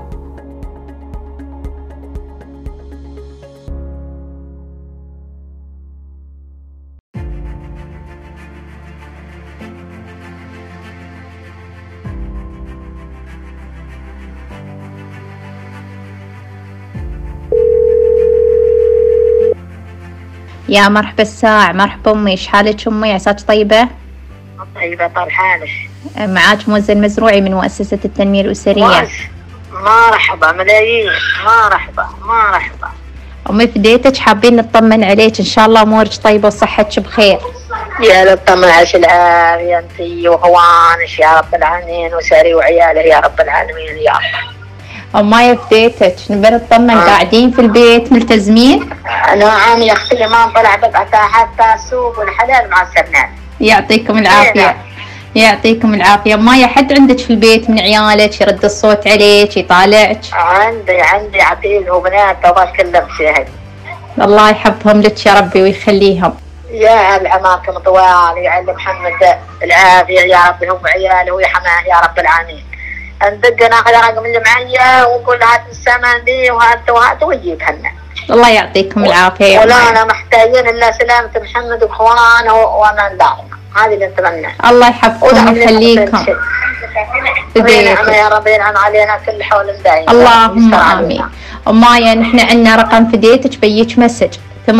يا مرحبا الساع، مرحبا أمي، إيش حالك أمي؟ عساك طيبة؟ طيبة طال حالك. معاك موزة المزروعي من مؤسسة التنمية الأسرية. مرحبا ملايين، مرحبا مرحبا. أمي فديتك حابين نطمن عليك، إن شاء الله أمورك طيبة وصحتك بخير. يا رب طمن عليك العافية أنتي وهوانش يا رب العالمين، وساري وعياله يا رب العالمين يا رب. أماي فديتك نبي نطمن. قاعدين في البيت ملتزمين؟ نعم يا أختي، ما نطلع بقى حتى السوق والحلال مع السنان. يعطيكم العافية. يعطيكم العافية. أماي حد عندك في البيت من عيالك يرد الصوت عليك يطالعك؟ عندي عديل وبنات وبس كلهم شاهد. الله يحفظهم لك يا ربي ويخليهم. يا العماكم طوال، يعلم محمد العافية يا رب هم وعياله ويحماه يا رب العالمين. ندق ناخذ رقم اللي معي ونقول هات السمن دي وهات ويجيب هنا. الله يعطيكم العافية. ولا أنا محتاجين إلا سلامة محمد وإخوانه وأمان دائما، هذه اللي نتمنى. الله يحفظكم ويخليكم. ونعم يا رب ينعم علينا كل حول دائما. اللهم آمين. أمايا نحن عندنا رقم فديتك بيك مسج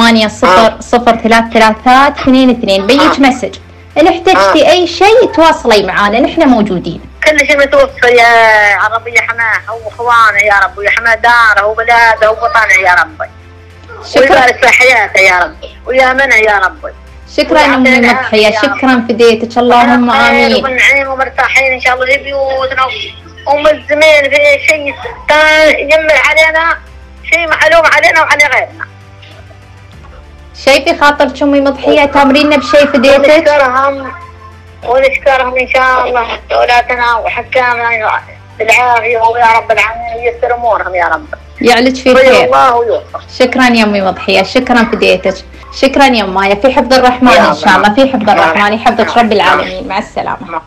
800332 بيك مسج. إن احتجتي أي شيء تواصلي معانا، نحن موجودين. كل شيء متوفر يا رب يحماه واخوانه يا رب، ويحمى داره وبلاده ووطنه يا رب. شكرا. ويبارك في حياته يا رب ويامنه يا رب. شكرا أمي مضحية، شكرا فديتك. اللهم آمين. وبنعيم ومرتاحين إن شاء الله في بيوتنا وملزمين في شيء يجمل علينا، شيء معلوم علينا وعلى غيرنا. شيء في خاطرك أمي مضحية تامرينا بشيء فديتك؟ ونشكرهم إن شاء الله دولاتنا وحكامنا بالعافية ويا رب العالمين ييسر أمورهم يا رب. يعلج في خير. الله ويوفق. شكرا يا أمي مضحية، شكرا فديتك. شكرا يا أمايا، في حفظ الرحمن إن شاء الله، في حفظ الرحمن يحفظك رب العالمين. مع السلامة.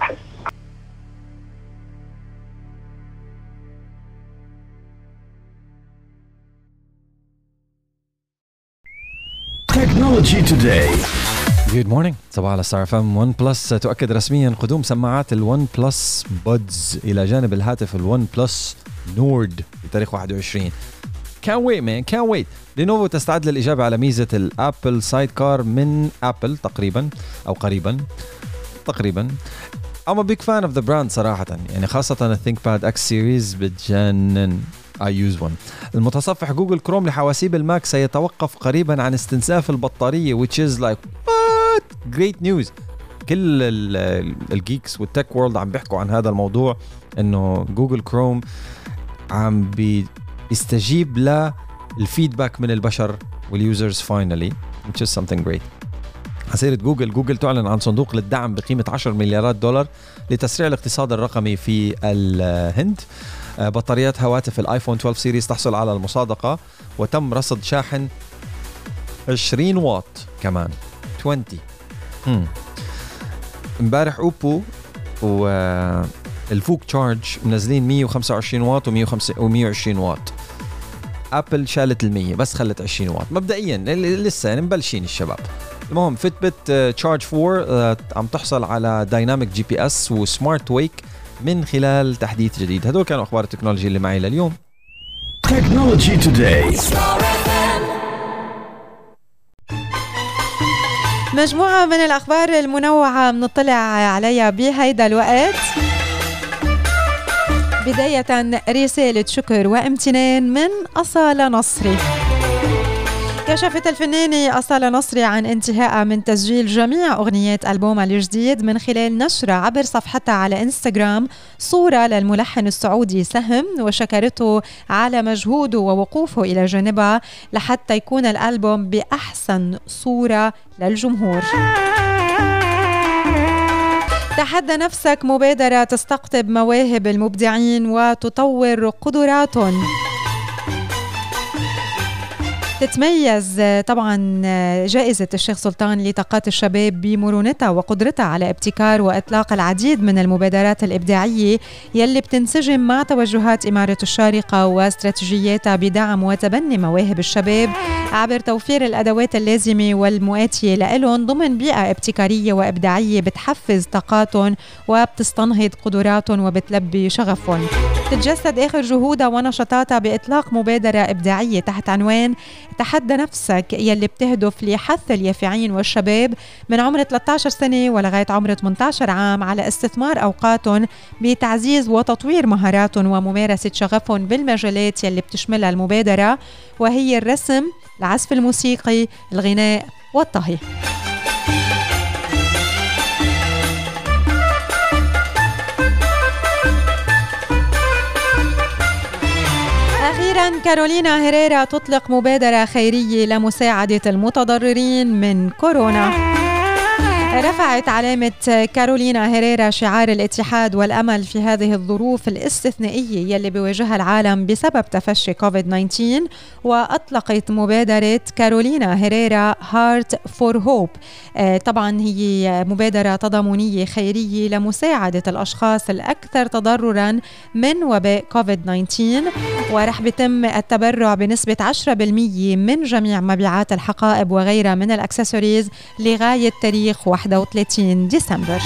Technology Today. Good morning. صباح على ستار اف ام. ون بلس تؤكد رسميا قدوم سماعات الون بلس بودز الى جانب الهاتف الون بلس نورد بتاريخ 21. Can't wait man, can't wait. لينوفو تستعد للإجابة على ميزة الأبل سايد كار من أبل تقريبا أو قريبا تقريبا. I'm a big fan of the brand صراحة، يعني خاصة الثينك باد اكس سيريز بتجنن. I use one. المتصفح جوجل كروم لحواسيب الماك سيتوقف قريبا عن استنزاف البطارية which is like what? Great news. كل الجيكس والتك وورلد عم بيحكوا عن هذا الموضوع، انه جوجل كروم عم بيستجيب للفيدباك من البشر واليوزرز finally, which is something great. حسيرة جوجل تعلن عن صندوق للدعم بقيمة 10 مليارات دولار لتسريع الاقتصاد الرقمي في الهند. بطاريات هواتف الايفون 12 سيريز تحصل على المصادقة، وتم رصد شاحن 20 واط كمان 20. امبارح اوبو والفوك تشارج منزلين 125 واط و120 واط. ابل شالت 100 بس خلت 20 واط مبدئيا، لسه يعني مبلشين الشباب. المهم فيتبت تشارج 4 عم تحصل على دايناميك جي بي اس وسمارت ويك من خلال تحديث جديد. هدول كانوا اخبار التكنولوجيا اللي معي لليوم. تكنولوجي توداي. مجموعة من الأخبار المنوعة بنطلع عليها بهيدا الوقت. بداية رسالة شكر وامتنان من أصالة نصري. كشفت الفنانة أصالة نصري عن انتهائها من تسجيل جميع أغنيات ألبومها الجديد من خلال نشر عبر صفحتها على إنستغرام صورة للملحن السعودي سهم، وشكرته على مجهوده ووقوفه إلى جانبها لحتى يكون الألبوم بأحسن صورة للجمهور. تحدى نفسك مبادرة تستقطب مواهب المبدعين وتطور قدراتهم. تتميز طبعا جائزة الشيخ سلطان لطاقات الشباب بمرونتها وقدرتها على ابتكار وإطلاق العديد من المبادرات الإبداعية يلي بتنسجم مع توجهات إمارة الشارقة واستراتيجياتها بدعم وتبني مواهب الشباب عبر توفير الأدوات اللازمة والمؤاتية لهم ضمن بيئة ابتكارية وإبداعية بتحفز طاقاتهم وبتستنهض قدراتهم وبتلبي شغفهم. تتجسد آخر جهودها ونشاطاتها بإطلاق مبادرة إبداعية تحت عنوان تحدى نفسك يلي بتهدف لحث اليافعين والشباب من عمر 13 سنة ولغاية عمر 18 عام على استثمار أوقاتهم بتعزيز وتطوير مهاراتهم وممارسة شغفهم بالمجالات يلي بتشملها المبادرة، وهي الرسم، العزف الموسيقي، الغناء والطهي. أخيراً كارولينا هيريرا تطلق مبادرة خيرية لمساعدة المتضررين من كورونا. رفعت علامة كارولينا هيريرا شعار الاتحاد والأمل في هذه الظروف الاستثنائية يلي بيواجهها العالم بسبب تفشي كوفيد-19، وأطلقت مبادرة كارولينا هيريرا هارت فور هوب. طبعا هي مبادرة تضامنية خيرية لمساعدة الأشخاص الأكثر تضررا من وباء كوفيد-19، ورح بيتم التبرع بنسبة 10% من جميع مبيعات الحقائب وغيرها من الأكسسوارز لغاية تاريخ 31 ديسمبر.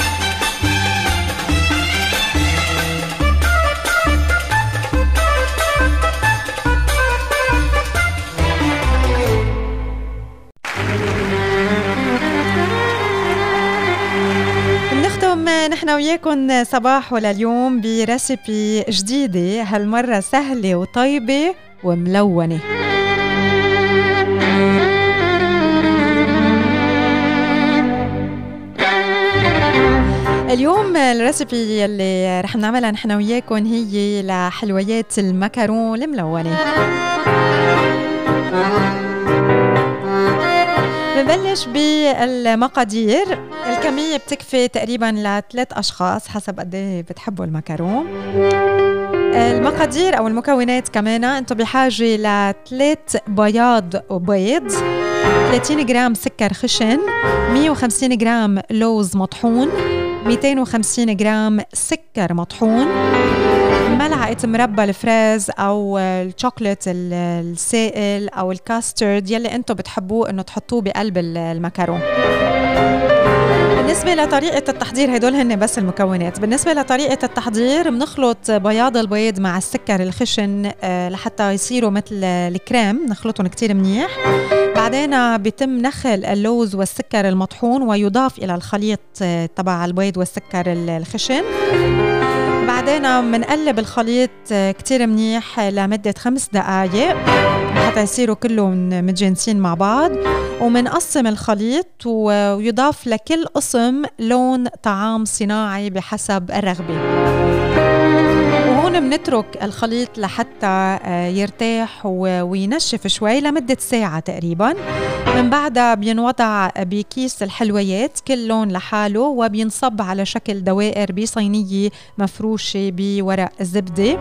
بنختم نحن وياكم صباح ولليوم بريسيبي جديدة، هالمرة سهلة وطيبة وملونة. اليوم الريسيبي اللي رح نعملها نحن وياكم هي لحلويات المكرون الملونة. بنبلش بالمقادير. الكمية بتكفي تقريبا ل3 أشخاص حسب قد ايه بتحبوا المكرون. المقادير أو المكونات كمان انتو بحاجة ل3 بياض وبيض، 30 جرام سكر خشن، 150 جرام لوز مطحون، 250 جرام سكر مطحون، ملعقة مربى الفراز أو الشوكولات السائل أو الكاسترد يلي أنتو بتحبوه أنه تحطوه بقلب المكرون. بالنسبة لطريقة التحضير هدول هن بس المكونات. بالنسبة لطريقة التحضير بنخلط بياض البيض مع السكر الخشن لحتى يصيروا مثل الكريم، نخلطهم كتير منيح. بعدين بيتم نخل اللوز والسكر المطحون ويضاف إلى الخليط تبع البيض والسكر الخشن. بعدين وبعدين منقلب الخليط كتير منيح لمدة 5 دقايق حتى يصيروا كلهم متجانسين مع بعض، ومنقسم الخليط ويضاف لكل قسم لون طعام صناعي بحسب الرغبة. وهون منترك الخليط لحتى يرتاح وينشف شوي لمدة ساعة تقريبا. من بعدها بينوضع بكيس الحلويات كل لون لحاله، وبينصب على شكل دوائر بصينية مفروشة بورق الزبدة.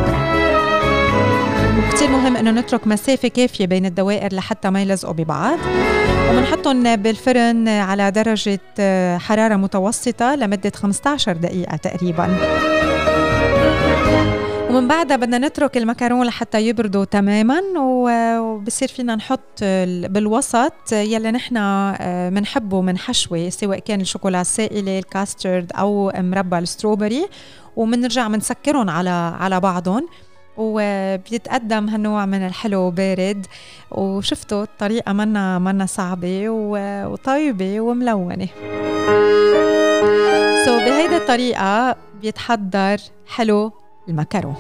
كتير مهم انه نترك مسافة كافية بين الدوائر لحتى ما يلزقوا ببعض، ومنحطهم بالفرن على درجة حرارة متوسطة لمدة 15 دقيقة تقريبا. ومن بعدها بدنا نترك المكرون لحتى يبردوا تماما، وبصير فينا نحط بالوسط يلي نحنا منحبه من حشوة، سواء كان الشوكولا السائلة، الكاسترد أو مربى الستروبري، ومنرجع منسكرهم على بعضهم، وبيتقدم هالنوع من الحلو بارد. وشفتوا الطريقة منا صعبة وطيبة وملونة. بهيدا الطريقة بيتحضر حلو المكرون.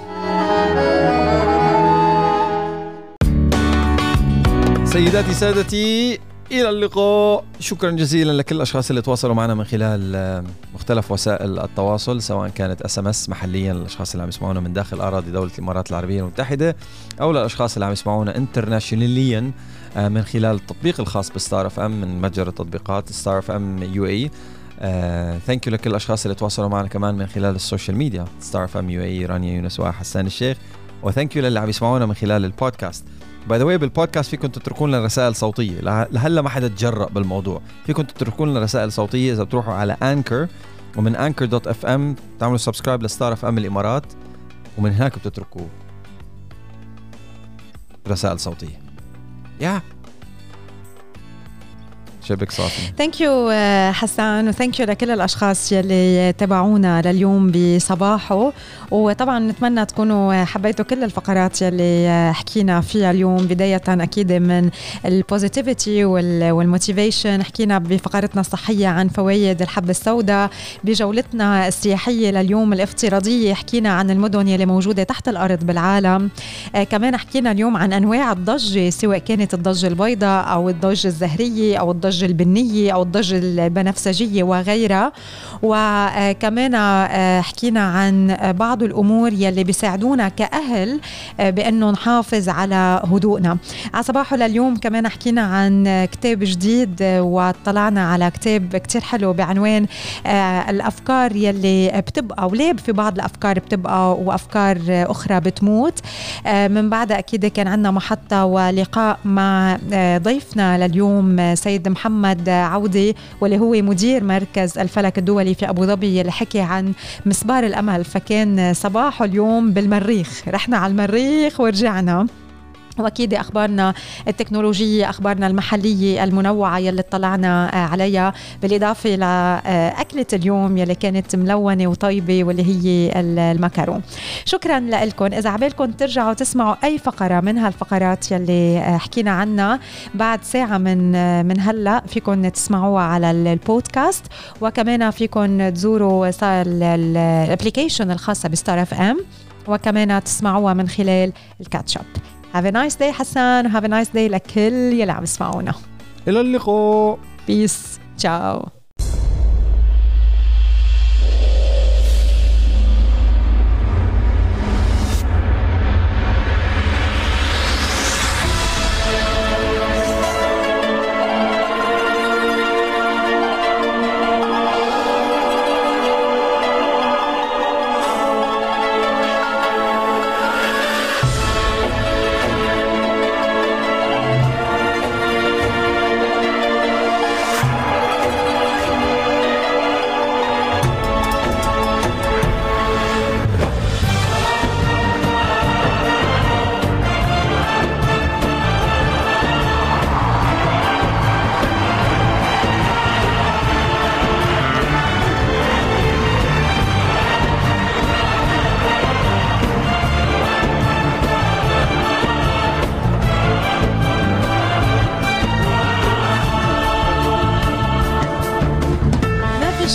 سيداتي سادتي، إلى اللقاء. شكرا جزيلا لكل الأشخاص اللي تواصلوا معنا من خلال مختلف وسائل التواصل، سواء كانت SMS محليا للأشخاص اللي عم يسمعونا من داخل أراضي دولة الإمارات العربية المتحدة، أو للأشخاص اللي عم يسمعونا انترناشوناليا من خلال التطبيق الخاص بستار اف ام من متجر التطبيقات ستار اف ام UAE. ثانك يو لكل الأشخاص اللي تواصلوا معنا كمان من خلال السوشيال ميديا ستار اف ام UAE، رانيا يونس وحسان الشيخ. وثانك يو للي عم يسمعونا من خلال البودكاست. باي ذا واي بالبودكاست فيكم تتركون لنا رسائل صوتيه، لهلا ما حدا تجرأ بالموضوع، فيكم تتركون لنا رسائل صوتيه اذا بتروحوا على انكر، ومن anchor.fm تعملوا سبسكرايب لستار اف ام الامارات، ومن هناك بتتركوا رسائل صوتيه. يا شبك صافي. ثانك يو حسان، وثانك يو لكل الاشخاص يلي تابعونا لليوم بصباحه. وطبعا نتمنى تكونوا حبيتوا كل الفقرات يلي حكينا فيها اليوم، بدايه اكيد من البوزيتيفيتي والموتيفيشن. حكينا بفقرتنا الصحيه عن فوائد الحبة السوداء، بجولتنا السياحيه لليوم الافتراضيه حكينا عن المدن يلي موجوده تحت الارض بالعالم. كمان حكينا اليوم عن انواع الضجه، سواء كانت الضجه البيضاء او الضجه الزهريه او الضجه البنية أو الضجة البنفسجية وغيرها. وكمان حكينا عن بعض الأمور يلي بيساعدونا كأهل بأنه نحافظ على هدوءنا. على صباحه لليوم كمان حكينا عن كتاب جديد، وطلعنا على كتاب كتير حلو بعنوان الأفكار يلي بتبقى، وليه في بعض الأفكار بتبقى وأفكار أخرى بتموت. من بعد أكيد كان عندنا محطة ولقاء مع ضيفنا لليوم سيد محمد عودي، واللي هو مدير مركز الفلك الدولي في أبو ظبي، اللي حكي عن مسبار الأمل. فكان صباحه اليوم بالمريخ، رحنا على المريخ ورجعنا. وأكيد أخبارنا التكنولوجية، أخبارنا المحلية المنوعة يلي اطلعنا عليها، بالإضافة لأكلة اليوم يلي كانت ملونة وطيبة واللي هي المكرون. شكرا لكم. إذا عبالكم ترجعوا تسمعوا أي فقرة من هالفقرات يلي حكينا عنها بعد ساعة من هلأ، فيكم تسمعوها على البودكاست، وكمان فيكم تزوروا الابليكيشن الخاصة بستار اف ام، وكمان تسمعوها من خلال الكاتشب. Have a nice day حسان، have a nice day لكل يلي عم يسمعونا. إلى اللقاء. Peace. Ciao.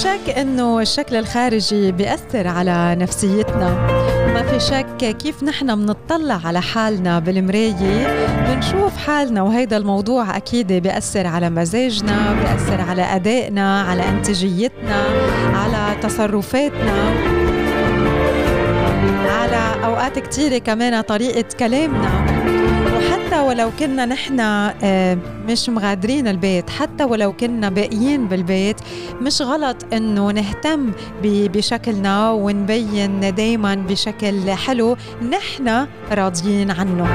شك إنه الشكل الخارجي بيأثر على نفسيتنا، ما في شك كيف نحن بنطلع على حالنا بالمراية بنشوف حالنا، وهيدا الموضوع أكيد بيأثر على مزاجنا، بيأثر على أدائنا، على إنتاجيتنا، على تصرفاتنا، على أوقات كتيرة كمان طريقة كلامنا. وحتى ولو كنا نحن مش مغادرين البيت، حتى ولو كنا باقيين بالبيت، مش غلط إنه نهتم بشكلنا ونبين دايما بشكل حلو نحن راضيين عنه.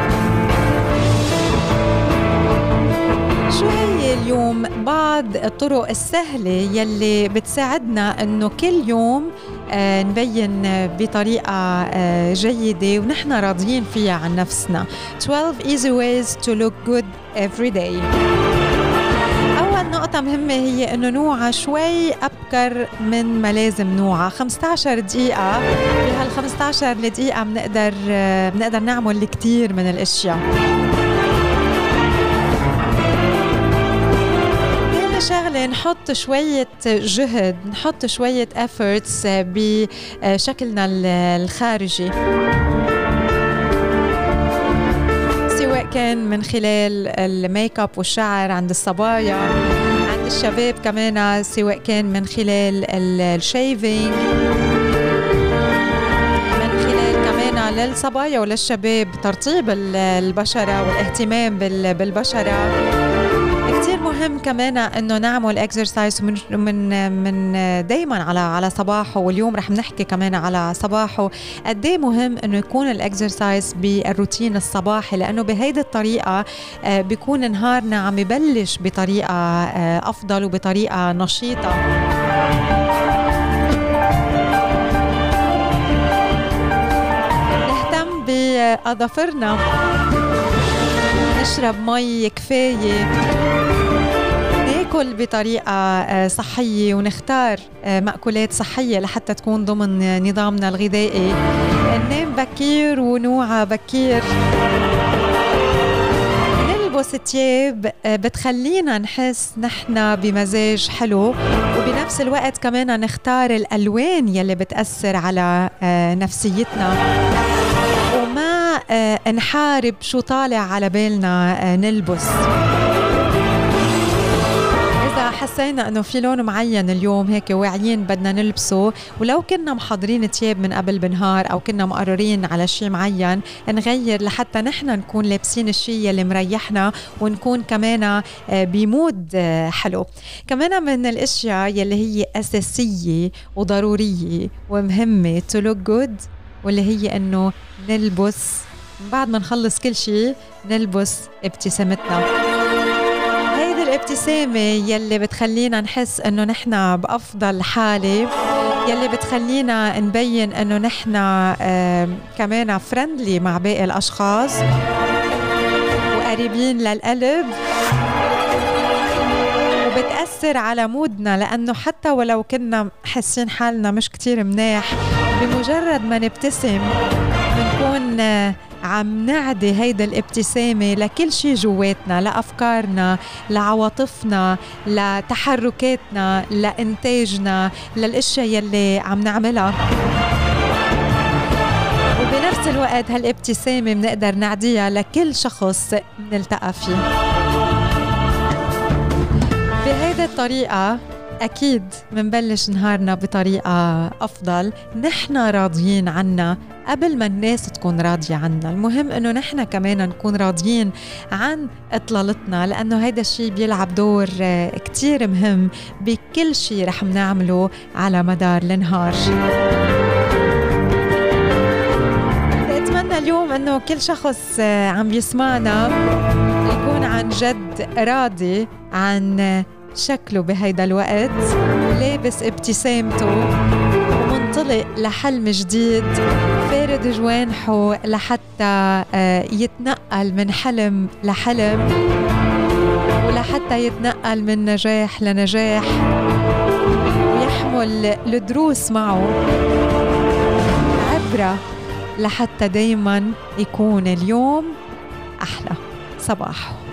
شو هي اليوم بعض الطرق السهلة يلي بتساعدنا إنه كل يوم نبين بطريقة جيدة ونحن راضيين فيها عن نفسنا؟ 12 easy ways to look good every day. أول نقطة مهمة هي إنه نوعى شوي أبكر من ما لازم نوعى. 15 دقيقة، بهال 15 دقيقة بنقدر نعمل الكثير من الأشياء. شغلة نحط شوية جهد، نحط شوية efforts بشكلنا الخارجي، سواء كان من خلال الميك اب والشعر عند الصبايا، عند الشباب كمان سواء كان من خلال الشيفينج، من خلال كمان للصبايا وللشباب ترطيب البشرة والاهتمام بالبشرة. كتير مهم كمان انه نعمل اكسرسايز من دايما على صباحه، واليوم رح نحكي كمان على صباحه. قد ايه مهم انه يكون الاكسرسايز بالروتين الصباحي، لانه بهيدي الطريقه بيكون نهارنا عم يبلش بطريقه افضل وبطريقه نشيطه. نهتم باظافرنا، نشرب مي كفايه، ناكل بطريقة صحية ونختار مأكولات صحية لحتى تكون ضمن نظامنا الغذائي. ننام بكير ونوعى بكير، نلبس ثياب بتخلينا نحس نحن بمزاج حلو، وبنفس الوقت كمان نختار الألوان يلي بتأثر على نفسيتنا، وما نحارب شو طالع على بالنا نلبس. حسينا انه في لون معين اليوم هيك واعيين بدنا نلبسه، ولو كنا محضرين ثياب من قبل بنهار او كنا مقررين على شيء معين نغير لحتى نحن نكون لابسين الشيء اللي مريحنا ونكون كمان بمود حلو. كمان من الاشياء يلي هي اساسيه وضروريه ومهمه to look good، واللي هي انه نلبس بعد ما نخلص كل شيء نلبس ابتسامتنا. الابتسامة يلي بتخلينا نحس انه نحنا بأفضل حالة، يلي بتخلينا نبين انه نحنا كمان فرندلي مع باقي الاشخاص وقريبين للقلب، وبتأثر على مودنا، لانه حتى ولو كنا حاسين حالنا مش كتير مناح، بمجرد ما نبتسم بنكون عم نعدي هيدا الابتسامة لكل شي جواتنا، لأفكارنا، لعواطفنا، لتحركاتنا، لإنتاجنا، للأشياء يلي عم نعملها. وبنفس الوقت هالابتسامة بنقدر نعديها لكل شخص بنلتقى فيه. بهيدا الطريقة أكيد منبلش نهارنا بطريقة أفضل، نحن راضيين عنا قبل ما الناس تكون راضية عنا. المهم إنه نحن كمان نكون راضيين عن إطلالتنا، لأنه هيدا الشيء بيلعب دور كتير مهم بكل شيء رح نعمله على مدار النهار. أتمنى اليوم إنه كل شخص عم بيسمعنا يكون عن جد راضي عن شكله بهيدا الوقت، لابس ابتسامته ومنطلق لحلم جديد، فارد جوانحه لحتى يتنقل من حلم لحلم، ولحتى يتنقل من نجاح لنجاح، ويحمل الدروس معه عبرة لحتى دايما يكون اليوم أحلى. صباح.